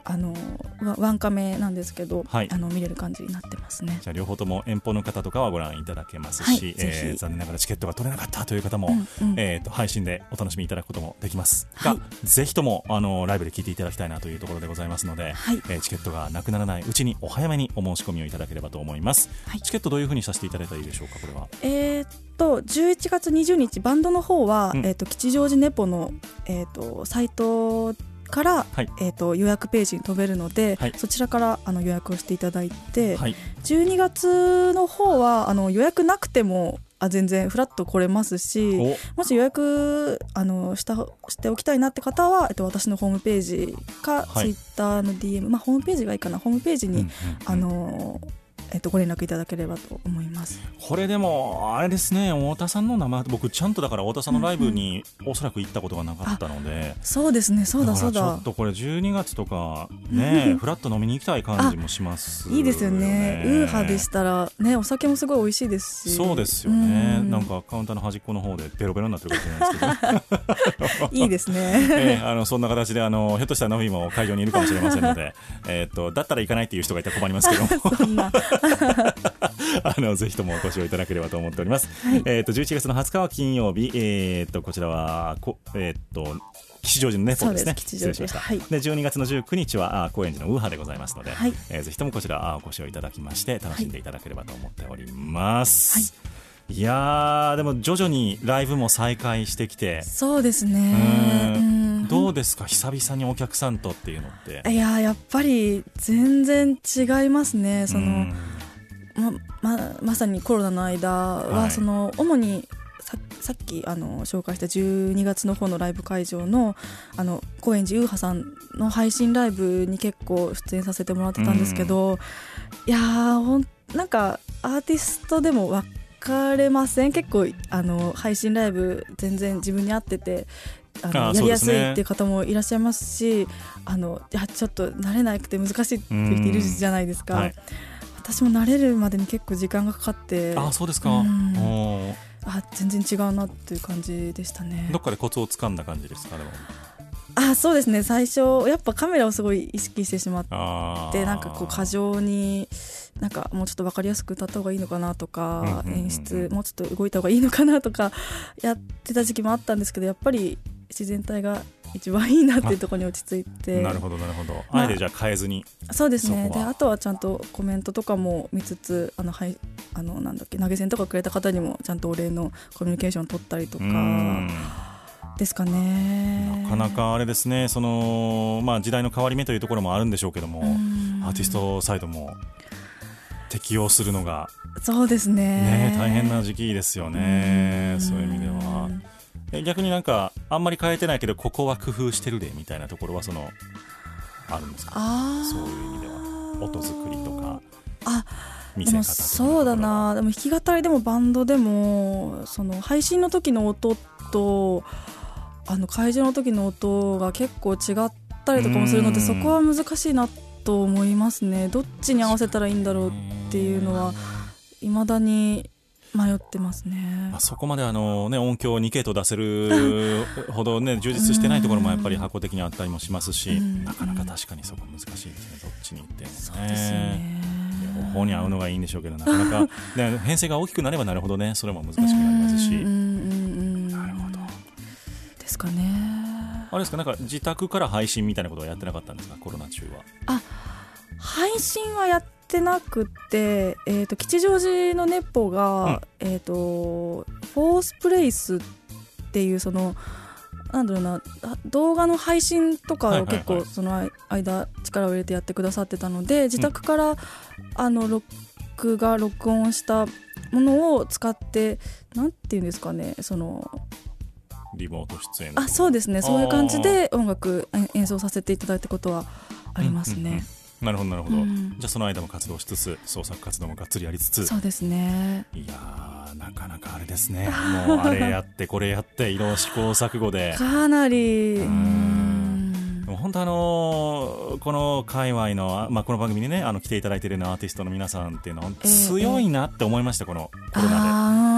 あのワンカメなんですけど、 はい、 あの見れる感じになってますね。 じゃあ両方とも遠方の方とかはご覧いただけますし、はい、えー、残念ながらチケットが取れなかったという方も、うんうん、えー、と配信でお楽しみいただくこともできますが、はい、ぜひともあのライブで聴いていただきたいなというところでございますので、はい、えー、チケットがなくならないうちにお早めにお申し込みをいただければと思います、はい、チケットどういうふうにさせていただいたらいいでしょうか。これはえー、っとじゅういちがつにじゅうにちバンドの方は、うん、えー、っと吉祥寺ネポの、えー、っとサイトから、はい、えー、と予約ページに飛べるので、はい、そちらからあの予約をしていただいて、はい、じゅうにがつの方はあの予約なくてもあ全然フラッと来れますし、もし予約あのしたしておきたいなって方は、えっと、私のホームページか、はい、ツイッターの ディーエム、まあ、ホームページがいいかな、ホームページに、うんうんうん、あのえっと、ご連絡いただければと思います。 これでもあれですね、太田さんの名前、僕ちゃんとだから太田さんのライブにおそらく行ったことがなかったので、うんうん、 そうですね、そうだそうだ、 ちょっとこれじゅうにがつとかねフラッと飲みに行きたい感じもしますよね。 いいですよね。ウーハでしたらね、お酒もすごい美味しいですし。 そうですよね、うん、なんかカウンターの端っこの方でベロベロになってるかもしれないですけどいいですね、 えー、あのそんな形であのひょっとしたらナフィも会場にいるかもしれませんのでえー、っとだったら行かないっていう人がいたら困りますけどそんなあのぜひともお越しをいただければと思っております、はい、えー、とじゅういちがつのはつかは金曜日、えー、とこちらはこ、えー、と吉祥寺のネポですね。失礼しました、はい、でじゅうにがつのじゅうくにちは高円寺のウーハでございますので、はい、えー、ぜひともこちらお越しをいただきまして楽しんでいただければと思っております、はい、いやーでも徐々にライブも再開してきて、 そうですね、うん、 どうですか久々にお客さんとっていうのって。 いややっぱり全然違いますね。そのま, ま, まさにコロナの間は、はい、その主に さ, さっきあの紹介したじゅうにがつの方のライブ会場 の, あの高円寺ウーハさんの配信ライブに結構出演させてもらってたんですけど、いやーほんなんかアーティストでも分かれません。結構あの配信ライブ全然自分に合っててあのあやりやすいっていう方もいらっしゃいますし、あのいやちょっと慣れなくて難しいっていう人いるじゃないですか、はい、私も慣れるまでに結構時間がかかって。 あ、そうですか、うん、おあ全然違うなっていう感じでしたね。 どっかでコツをつかんだ感じですか。でもあそうですね、最初やっぱカメラをすごい意識してしまって、なんかこう過剰になんかもうちょっと分かりやすく歌った方がいいのかなとか、うんうんうんうん、演出もうちょっと動いた方がいいのかなとかやってた時期もあったんですけど、やっぱり自然体が一番いいなっていうところに落ち着いて。 なるほどなるほど、まあ、あえてじゃあ変えずに。 そうですね。であとはちゃんとコメントとかも見つつ、あの、はい、あのなんだっけ投げ銭とかくれた方にもちゃんとお礼のコミュニケーションを取ったりとかですかね。 なかなかあれですね、その、まあ、時代の変わり目というところもあるんでしょうけども、アーティストサイドも適応するのがそうです ね, ね大変な時期ですよね。そういう意味では逆になんかあんまり変えてないけどここは工夫してるでみたいなところはそのあるんですか。あそういう意味では音作りとかあ見せ方とか。 そうだな、でも弾き語りでもバンドでもその配信の時の音とあの会場の時の音が結構違ったりとかもするので、そこは難しいなと思いますね。どっちに合わせたらいいんだろうっていうのは未だに迷ってますね。 あそこまであの、ね、音響にけいと出せるほど、ね、充実してないところもやっぱり箱的にあったりもしますし、なかなか確かにそこ難しいですね。どっちに行ってもね。 そうですね、 両方に合うのがいいんでしょうけど、なかなか、ね、編成が大きくなればなるほどね、それも難しくなりますし。なるほどですかね。 あれですか、なんか自宅から配信みたいなことはやってなかったんですか、コロナ中は。 あ配信はやってなくて、えー、と吉祥寺のネッポが、うんえー、とフォースプレイスっていうそのなんだろうな動画の配信とかを結構その間力を入れてやってくださってたので、自宅から、うん、あの録画録音したものを使ってなんていうんですかね、そのリモート出演あそうですね、そういう感じで音楽演奏させていただいたことはありますね、うんうんうん。 なるほどなるほど、うん、じゃあその間も活動しつつ創作活動もがっつりやりつつ。そうですね。いやーなかなかあれですねもうあれやってこれやっていろいろ試行錯誤でかなりうーんでも本当あのー、この界隈の、まあ、この番組にねあの来ていただいているようなアーティストの皆さんっていうのは強いなって思いました、えー、このコロナで。あ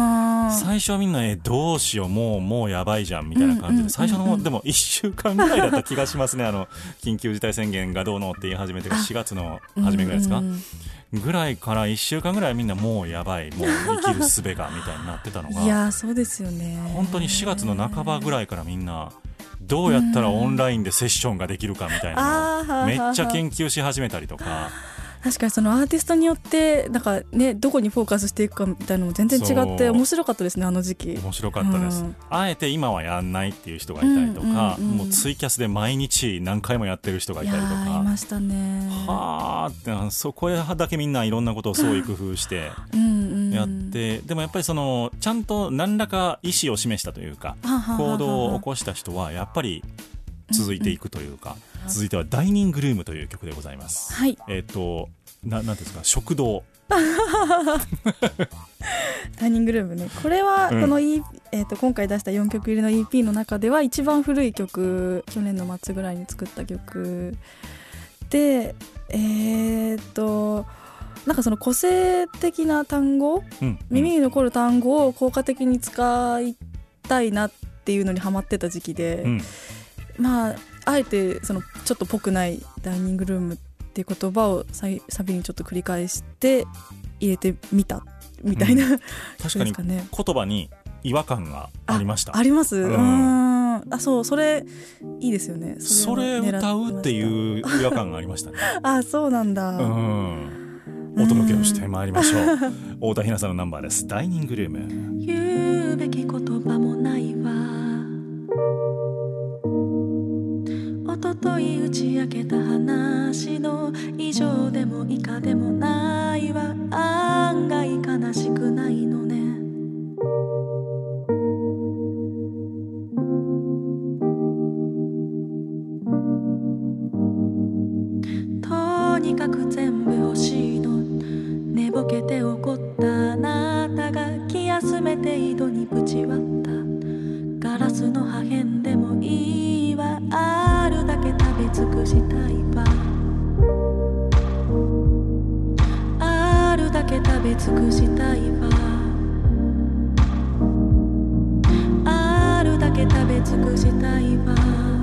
最初はみんなえどうしようもうもうやばいじゃんみたいな感じで、最初のでもいっしゅうかんぐらいだった気がしますね。あの緊急事態宣言がどうのって言い始めてしがつの初めぐらいですか、ぐらいからいっしゅうかんぐらいみんなもうやばいもう生きる術がみたいになってたのがいやそうですよね。 本当にしがつの半ばぐらいからみんなどうやったらオンラインでセッションができるかみたいなのをめっちゃ研究し始めたりとか。 確かにそのアーティストによってなんか、ね、どこにフォーカスしていくかみたいなのも全然違って面白かったですね。あの時期面白かったです、うん、あえて今はやんないっていう人がいたりとか、うんうんうん、もうツイキャスで毎日何回もやってる人がいたりとか。 いやいましたね。 はーってそこだけみんないろんなことを創意工夫してやって、でもやっぱりそのちゃんと何らか意思を示したというか行動を起こした人はやっぱり続いていくというか、うんうん、続いてはダイニングルームという曲でございます、 はい、 えっ、ー、とななんですか食堂ダイニングルームね。これはこの、E えー、と今回出したよんきょく入りの イーピー の中では一番古い曲、去年の末ぐらいに作った曲で、えー、となんかその個性的な単語、うんうん、耳に残る単語を効果的に使いたいなっていうのにハマってた時期で、うん、まああえてそのちょっとぽくないダイニングルームっていう言葉をサビにちょっと繰り返して入れてみたみたいな、うん、 確かに言葉に違和感がありました。 あ, あります、うん、あそうそれいいですよね。 それ歌うっていう違和感がありましたねあそうなんだ、うん、 お届けをしてまいりましょう太田ひなさんのナンバーです。ダイニングルーム。 言うべき言葉もないわ、おととい打ち明けた話の以上でも以下でもないわ、案外悲しくないのね。とにかく全部欲しいの、寝ぼけて怒ったあなたが気休めて井戸にぶち割ったガラスの破片でもいいわ、あるだけ食べ尽くしたいわ、あるだけ食べ尽くしたいわ、あるだけ食べ尽くしたいわ、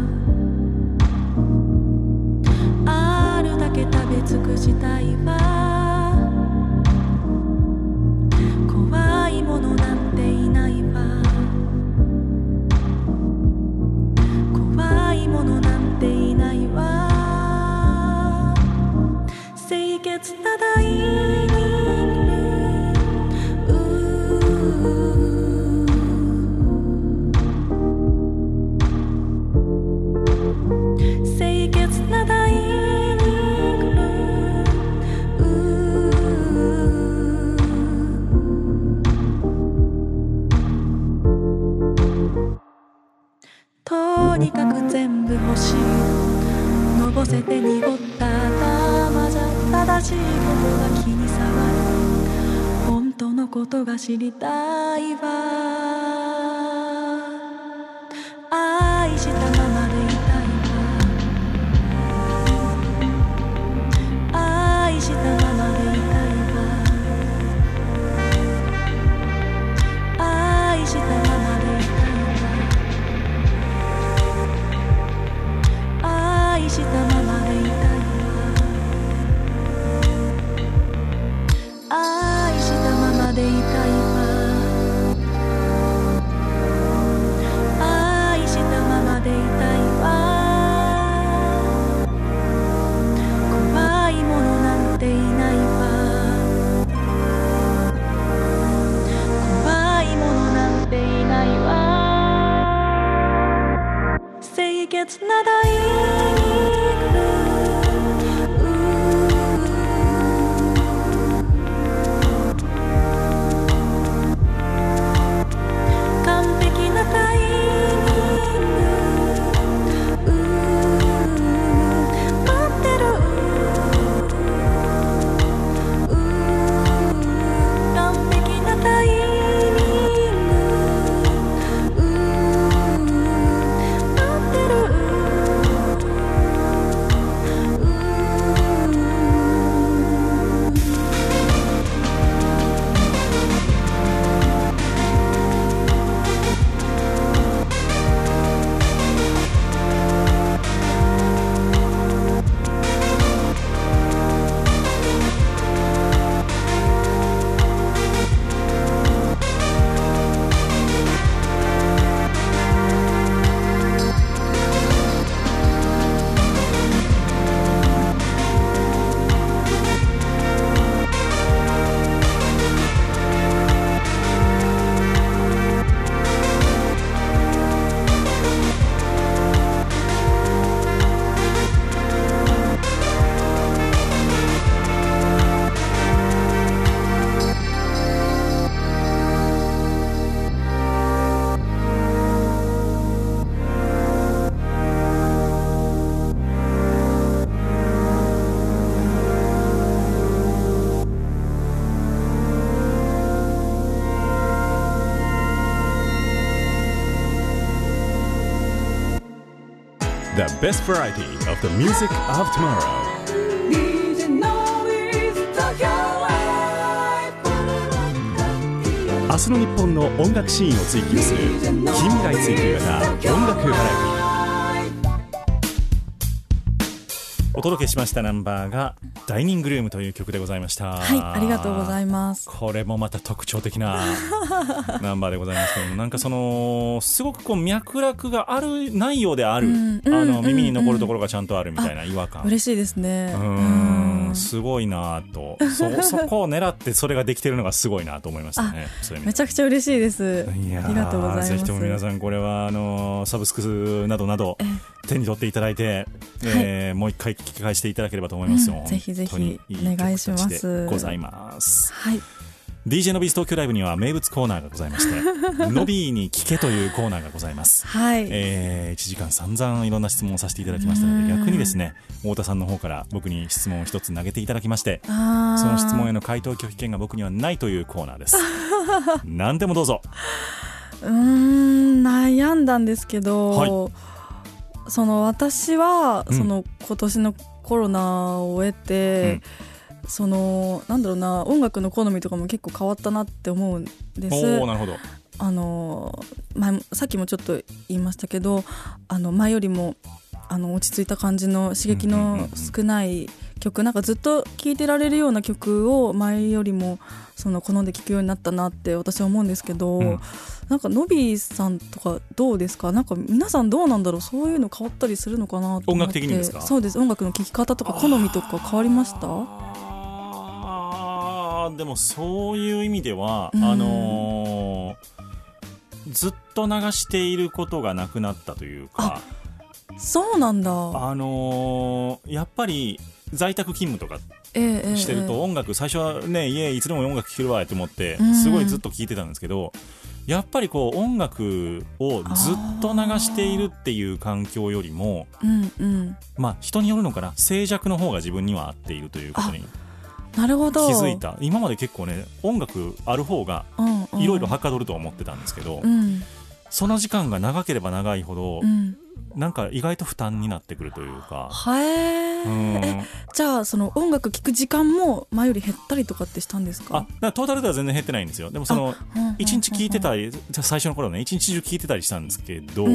あるだけ食べ尽くしたいわ、怖いものなんていないわ、怖いものなんていないわ、清潔なダイニング清潔なダイニング、とにかく全部欲しい、のぼせて濁った頭じゃ正しいことが気に障る、本当のことが知りたいわ、愛したままでいたいわ、愛したままでいたいわ、愛したままでいたいわ、愛したままでいたいわ、愛したままでいたいわ、愛したままでいたいわ、怖いものなんていないわ、怖いものなんていないわ、清潔なダイニング The best variety of the music of tomorrow. 明日の日本の音楽シーンを追求する近未来追求型音楽バラエティ。お届けしましたナンバーがダイニングルームという曲でございました。 はい、ありがとうございます。 これもまた特徴的なナンバーでございますけども、なんかそのすごくこう脈絡があるないようである、うんうん、あの耳に残るところがちゃんとあるみたいな違和感、 嬉しいですね。 うーん、すごいなと、そ, そこを狙ってそれができてるのがすごいなと思いましたね。そういう意味でめちゃくちゃ嬉しいです。 いや、 ありがとうございます。 ぜひとも皆さんこれはあのサブスクなどなど手に取っていただいて、えーはい、もう一回聞き返していただければと思いますよ、うん、 ぜひぜひお願いします。 ございます、 はい、 ディージェー のビーズ東京ライブには名物コーナーがございましてのびーに聞けというコーナーがございます、 はいえー、いちじかん散々いろんな質問をさせていただきましたので、逆にですね太田さんの方から僕に質問を一つ投げていただきまして、その質問への回答拒否権が僕にはないというコーナーです何でもどうぞ。 うーん、悩んだんですけど、 はい、 その私は、うん、その今年のコロナを終えて、うん、そのなんだろうな、音楽の好みとかも結構変わったなって思うんです。 おー、なるほど。 あの前さっきもちょっと言いましたけど、あの前よりもあの落ち着いた感じの刺激の少ない曲、なんかずっと聴いてられるような曲を前よりもその好んで聴くようになったなって私は思うんですけど、うん、なんかのびーさんとかどうですか？なんか皆さんどうなんだろう、そういうの変わったりするのかなと思って。 音楽的にですか？ そうです、音楽の聴き方とか好みとか変わりました？ あー、でもそういう意味では、うん、あのー、ずっと流していることがなくなったというか。 そうなんだ。あのー、やっぱり在宅勤務とかしてると音楽、最初はね、家いつでも音楽聴けるわと思ってすごいずっと聴いてたんですけど、やっぱりこう音楽をずっと流しているっていう環境よりも、うんうん、まあ人によるのかな、静寂の方が自分には合っているということになるほど気づいた。今まで結構ね、音楽ある方がいろいろはかどると思ってたんですけど、うんうん、その時間が長ければ長いほど、うん、なんか意外と負担になってくるというか。 はえー、うん、えじゃあその音楽聴く時間も前より減ったりとかってしたんですか？ あ、だからトータルでは全然減ってないんですよ。でもそのいちにち聴いてたり、最初の頃ね一日中聴いてたりしたんですけど、うん、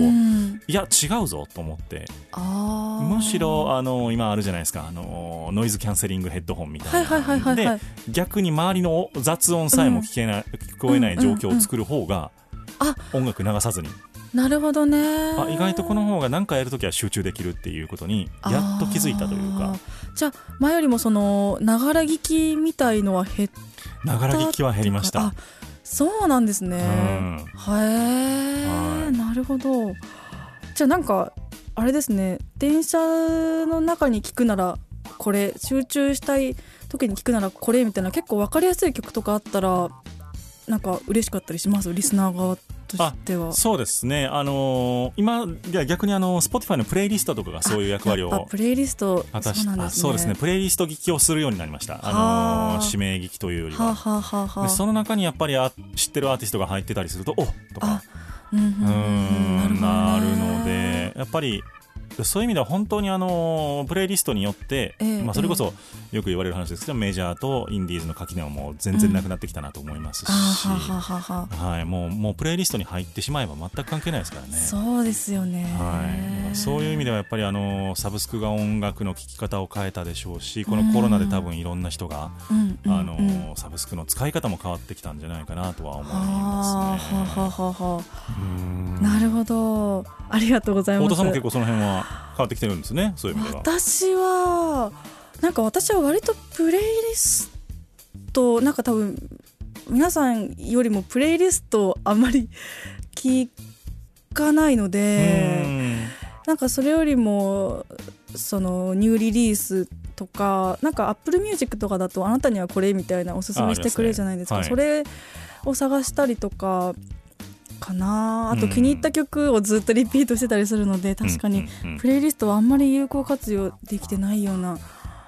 いや違うぞと思って、あむしろあの今あるじゃないですか、あのノイズキャンセリングヘッドホンみたいなで、逆に周りの雑音さえも聞けない、うん、聞こえない状況を作る方が、うんうんうん、音楽流さずに。 なるほどね。 あ、意外とこの方が何かやるときは集中できるっていうことにやっと気づいたというか。 じゃあ前よりもそのながら聞きみたいのは減ったながら聞きは減りました。 あ、そうなんですね、うん、はえー、なるほど。じゃあなんかあれですね、電車の中に聞くならこれ、集中したい時に聞くならこれみたいな結構分かりやすい曲とかあったらなんか嬉しかったりします？リスナー側としては。 そうですね、あのー、今いや逆にあの Spotify のプレイリストとかがそういう役割を。 あ、プレイリスト、 そうなんですね。 あ、 そうですね、プレイリスト聞きをするようになりました。あのー、指名聞きというよりは。はははは。でその中にやっぱりあ知ってるアーティストが入ってたりするとおとか、うんうんうん、なるのでやっぱりそういう意味では本当にあのプレイリストによって、えーまあ、それこそよく言われる話ですけど、メジャーとインディーズの垣根はもう全然なくなってきたなと思いますし、うん、はい、もう、もうプレイリストに入ってしまえば全く関係ないですからね。 そうですよね、 はい、そういう意味ではやっぱりあのサブスクが音楽の聴き方を変えたでしょうし、このコロナで多分いろんな人が、うん、あの、うん、サブスクの使い方も変わってきたんじゃないかなとは思いますね。はははは、 うん、なるほど、ありがとうございます。 太田さんも結構その辺は変わってきてるんですね、そういう意味では。 私はなんか私は割とプレイリスト、なんか多分皆さんよりもプレイリストをあんまり聞かないので、んなんかそれよりもそのニューリリースとか、なんか Apple Music とかだとあなたにはこれみたいなおすすめしてくれるじゃないですか。あ、ありますね。はい、それを探したりとかかな。あと気に入った曲をずっとリピートしてたりするので、確かにプレイリストはあんまり有効活用できてないような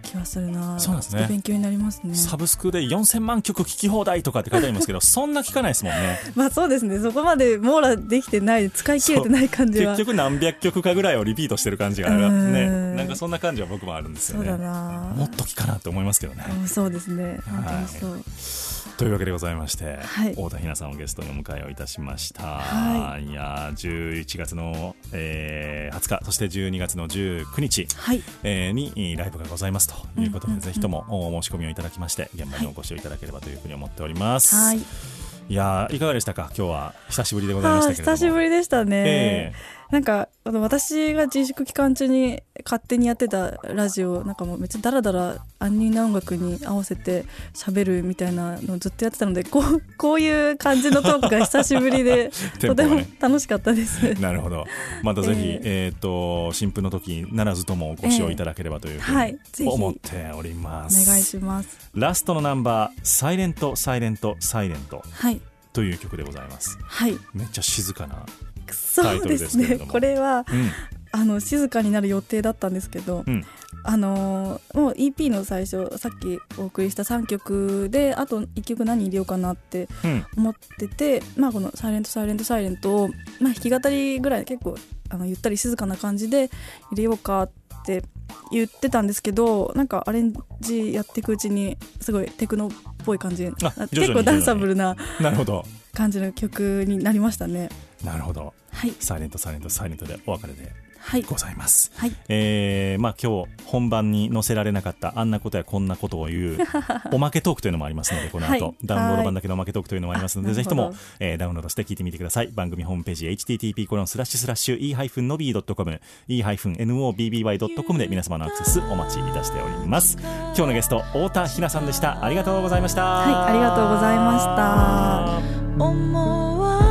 気はするな。 そうなんですね。 ちょっと勉強になりますね。 サブスクでよんせんまんきょく聴き放題とかって書いてありますけどそんな聞かないですもんね。 まあそうですね、そこまで網羅できてない、使い切れてない感じは。 結局何百曲かぐらいをリピートしてる感じがね、なんかそんな感じは僕もあるんですよね。 そうだな、 もっと聴かなって思いますけどね。 そうですね、本当にそう、 はい、というわけでございまして、 はい、 太田ひなさんをゲストにお迎えをいたしました、 はい、 いやじゅういちがつの、えー、はつか、そしてじゅうにがつのじゅうくにち、はい、えー、にライブがございますということで、うんうんうん、ぜひともお申し込みをいただきまして現場にお越しをいただければというふうに思っております、はい、いやいかがでしたか。今日は久しぶりでございましたけれども。 久しぶりでしたね、えー、なんかあの私が自粛期間中に勝手にやってたラジオ、なんかもうめっちゃダラダラアンニューな音楽に合わせて喋るみたいなのをずっとやってたので、こう、こういう感じのトークが久しぶりでとても楽しかったです、ね、 なるほど。またぜひ、えーえー、と新婦の時ならずともご使用いただければというふうに思っております、 えーはい、お願いします。 ラストのナンバーサイレントサイレントサイレントという曲でございます、はい、めっちゃ静かなタイトルですけれども。 そうですね、これは、うん、あの静かになる予定だったんですけど、うん、あのー、もう イーピー の最初さっきお送りしたさんきょくであといっきょく何入れようかなって思ってて、うん、まあ、このサイレントサイレントサイレントを、まあ、弾き語りぐらい結構あのゆったり静かな感じで入れようかって言ってたんですけど、なんかアレンジやっていくうちにすごいテクノっぽい感じ、結構ダンサブルな感じの曲になりましたね。 なるほど、はい、サイレントサイレントサイレントでお別れでございます、 はい、 えーまあ、今日本番に載せられなかったあんなことやこんなことを言うおまけトークというのもありますので、この後、はい、ダウンロード版だけのおまけトークというのもありますので、ぜひとも、えー、ダウンロードして聞いてみてください。番組ホームページ エイチティーティーピーコロンスラッシュスラッシュイーハイフンノビードットコム イーハイフンノビーワイドットコム で皆様のアクセスお待ちいたしております。今日のゲスト太田ひなさんでした。ありがとうございました。 はい、ありがとうございました。思わ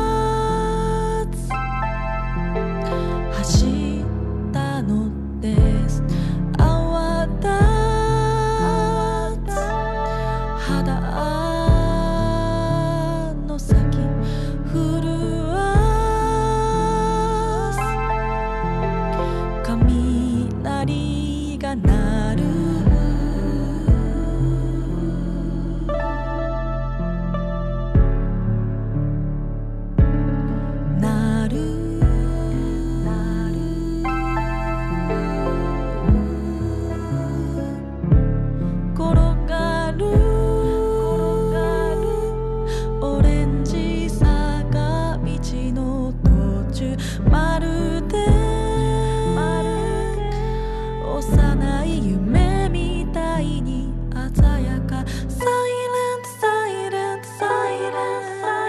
走ったのです泡立つ肌の先震わす雷が鳴る鳴るまるで幼い夢みたいに鮮やか Silent Silent Silent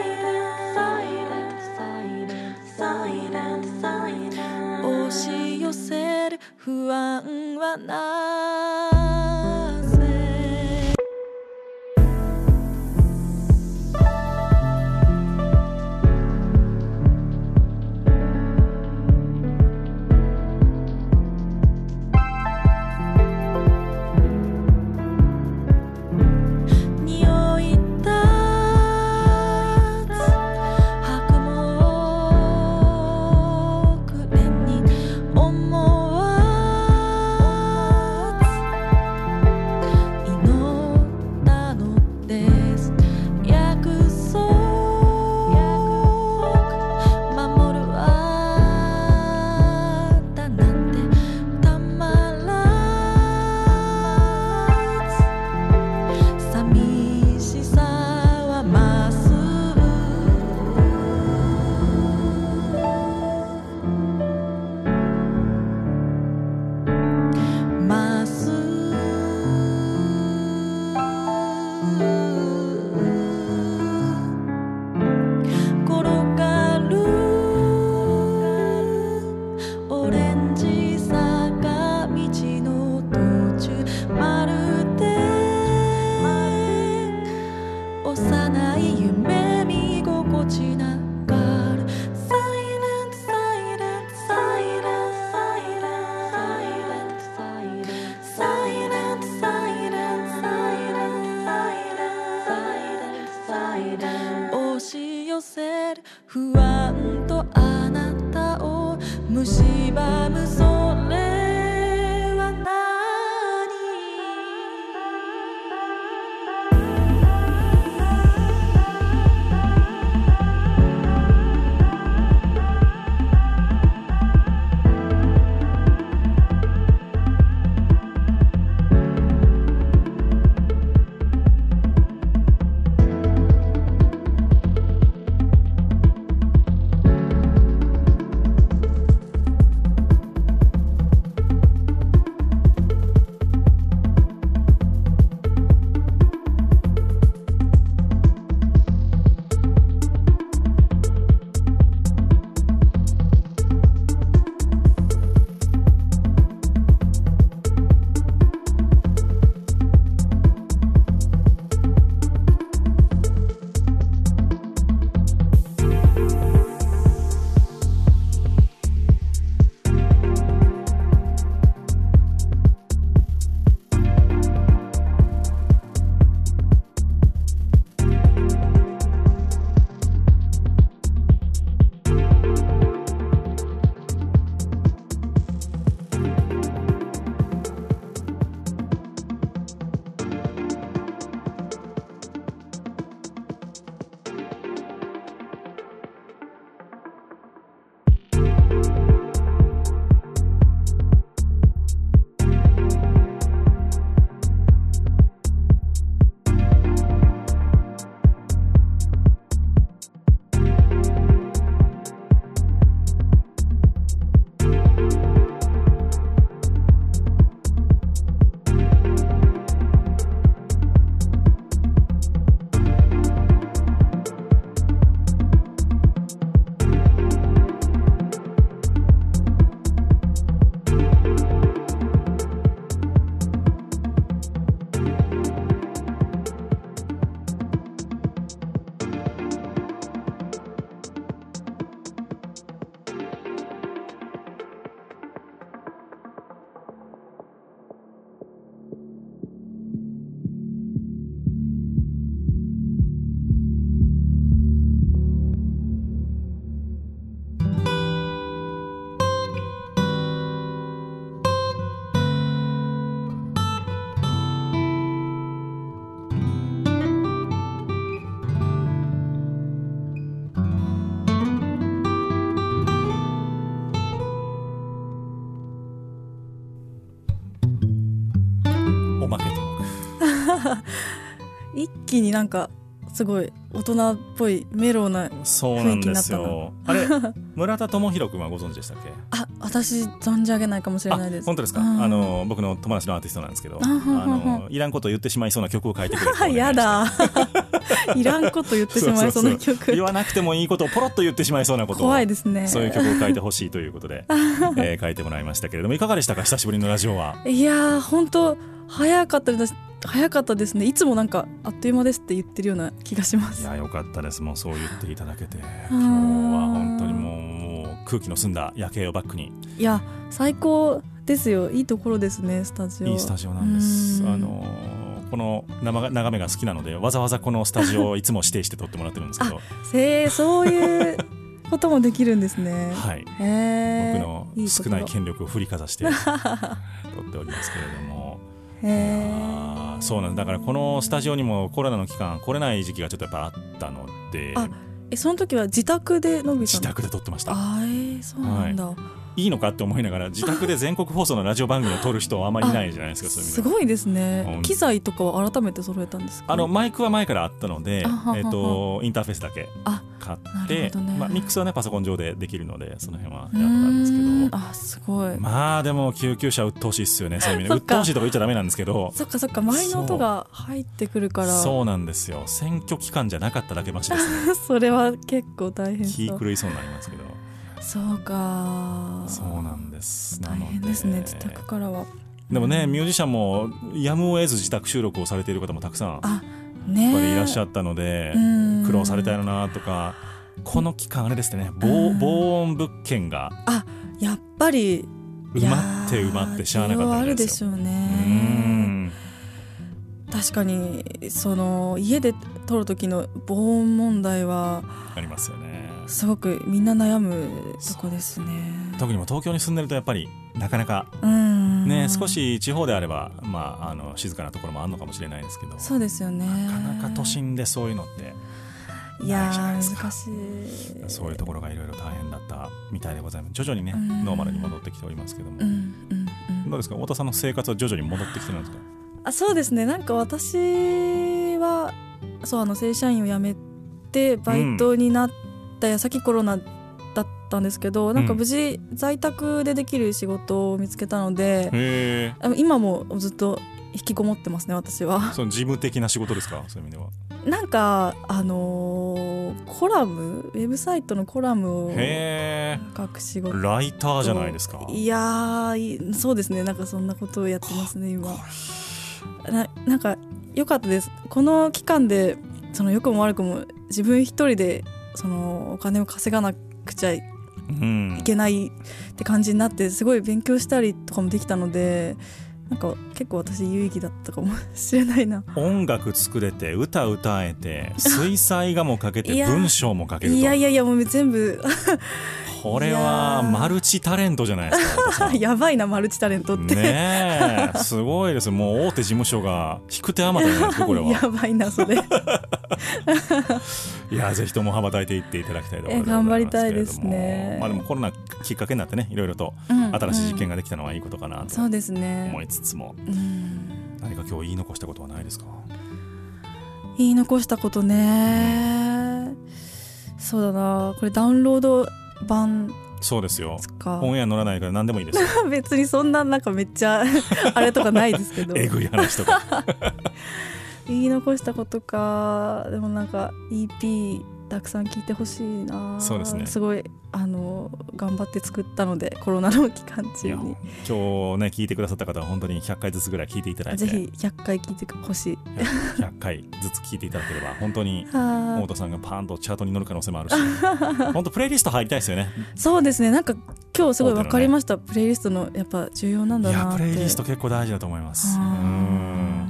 Silent Silent Silent 押し寄せる不安はなおまけトーク一気になんかすごい大人っぽいメロウな雰囲気になったの。 あれ村田智弘君はご存知でしたっけ？ あ、私存じ上げないかもしれないです。 本当ですか？あの僕の友達のアーティストなんですけど、あのいらんことを言ってしまいそうな曲を書いてくれてやだいらんこと言ってしまいそうな曲そうそうそう言わなくてもいいことをポロッと言ってしまいそうなことを怖いですね。 そういう曲を書いてほしいということで、えー、書いてもらいましたけれども、いかがでしたか？久しぶりのラジオは。 いやー本当早かったです早かったですね。いつもなんかあっという間ですって言ってるような気がします。 いやよかったです。もうそう言っていただけて、今日は本当にもう空気の澄んだ夜景をバックに。 いや最高ですよ。いいところですね。スタジオいいスタジオなんです。あのこの眺めが好きなのでわざわざこのスタジオをいつも指定して撮ってもらってるんですけどせそういうこともできるんですね。 はい、 へ僕の少ない権力を振りかざして撮っておりますけれどもへそうなんだからこのスタジオにもコロナの期間来れない時期がちょっとやっぱあったので、 あえその時は自宅でのびさん自宅で撮ってました。 あ、えー、そうなんだ、はいいいのかって思いながら自宅で全国放送のラジオ番組を撮る人はあまりいないじゃないですか。そういうすごいですね。機材とかは改めて揃えたんですか？ あのマイクは前からあったので、えー、とインターフェースだけ買って、ねまあ、ミックスはねパソコン上でできるのでその辺はやったんですけど、 あすごい。 まあでも救急車うっとうしいっすよね。そういう意味でうっとうしいとか言っちゃダメなんですけど、 そっかそっか周りの音が入ってくるから。 そうなんですよ。選挙期間じゃなかっただけマシですねそれは結構大変そう。 気狂いそうになりますけど。 そうかそうなんです。 大変ですね自宅からは。 でもね、うん、ミュージシャンもやむを得ず自宅収録をされている方もたくさんあ、ね、 やっぱりいらっしゃったので苦労されたよなとか、この期間あれですね、防防音物件があやっぱり埋まって埋まってしゃあなかったんですよ。 あるでしょうね。うん確かにその家で撮る時の防音問題はありますよね。 すごくみんな悩むとこですね。 特にも東京に住んでるとやっぱりなかなか、ね、少し地方であれば、まあ、あの静かなところもあるのかもしれないですけど、 そうですよね。 なかなか都心でそういうのっていやないじゃないですか。 難しい。 そういうところがいろいろ大変だったみたいでございます。徐々にねノーマルに戻ってきておりますけども、うんうんうん、どうですか太田さんの生活は徐々に戻ってきてるんですか？ あそうですね。なんか私はそうあの正社員を辞めてバイトになった矢先コロナだったんですけど、うん、なんか無事在宅でできる仕事を見つけたので、 へー今もずっと引きこもってますね私は。 その事務的な仕事ですか？そういう意味ではなんかあのー、コラムウェブサイトのコラムを書く仕事。 ライターじゃないですか？ いやそうですね。なんかそんなことをやってますね今。な, なんか良かったです。この期間でその良くも悪くも自分一人でそのお金を稼がなくちゃいけないって感じになって、すごい勉強したりとかもできたので、なんか結構私有意義だったかもしれないな。 音楽作れて歌歌えて水彩画も描けて文章も書けると。 いやいやいやもう全部これはマルチタレントじゃないですかやばいなマルチタレントってねえすごいです。もう大手事務所が引く手あまたじゃないですかこれは。 やばいなそれいやぜひとも羽ばたいていっていただきたいところでございますけれども、 頑張りたいですね。 まあ、でもコロナきっかけになってねいろいろと新しい実験ができたのはいいことかなと思いつつも、 うん、 何か今日言い残したことはないですか？ 言い残したことね、そうだな、これダウンロード版。 そうですよ。オンエア乗らないから何でもいいですよ別にそんななんかめっちゃあれとかないですけどえぐい話とか言い残したことか。でもなんか イーピー たくさん聞いてほしいな。 そうですね。 すごいあの頑張って作ったのでコロナの期間中に。今日ね聞いてくださった方は本当にひゃっかいずつぐらい聞いていただいて、 ぜひひゃっかい聞いてほしい。 ひゃっかいずつ聞いていただければ本当に太田さんがパーンとチャートに乗る可能性もあるし本当プレイリスト入りたいですよね。 そうですね。なんか今日すごい分かりました、ね、プレイリストのやっぱ重要なんだなって。 いやプレイリスト結構大事だと思います。うん、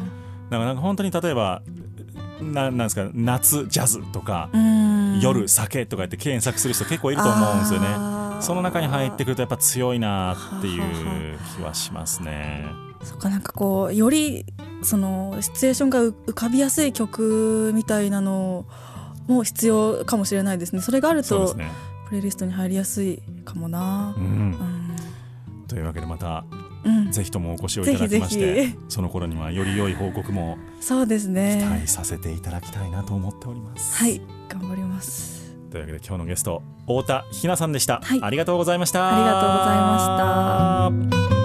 だからなんか本当に例えばななんですか夏ジャズとか夜酒とか言って検索する人結構いると思うんですよね。その中に入ってくるとやっぱ強いなっていう気はしますね。 そっか、なんかこうよりそのシチュエーションが浮かびやすい曲みたいなのも必要かもしれないですね。それがあると、ね、プレイリストに入りやすいかもな、 うんうん、というわけでまたうん、 ぜひともお越しをいただきまして、 ぜひぜひその頃にはより良い報告もそうですね、 期待させていただきたいなと思っております。 はい、頑張ります。 というわけで今日のゲスト太田ひなさんでした、 はい、 ありがとうございました。 ありがとうございました。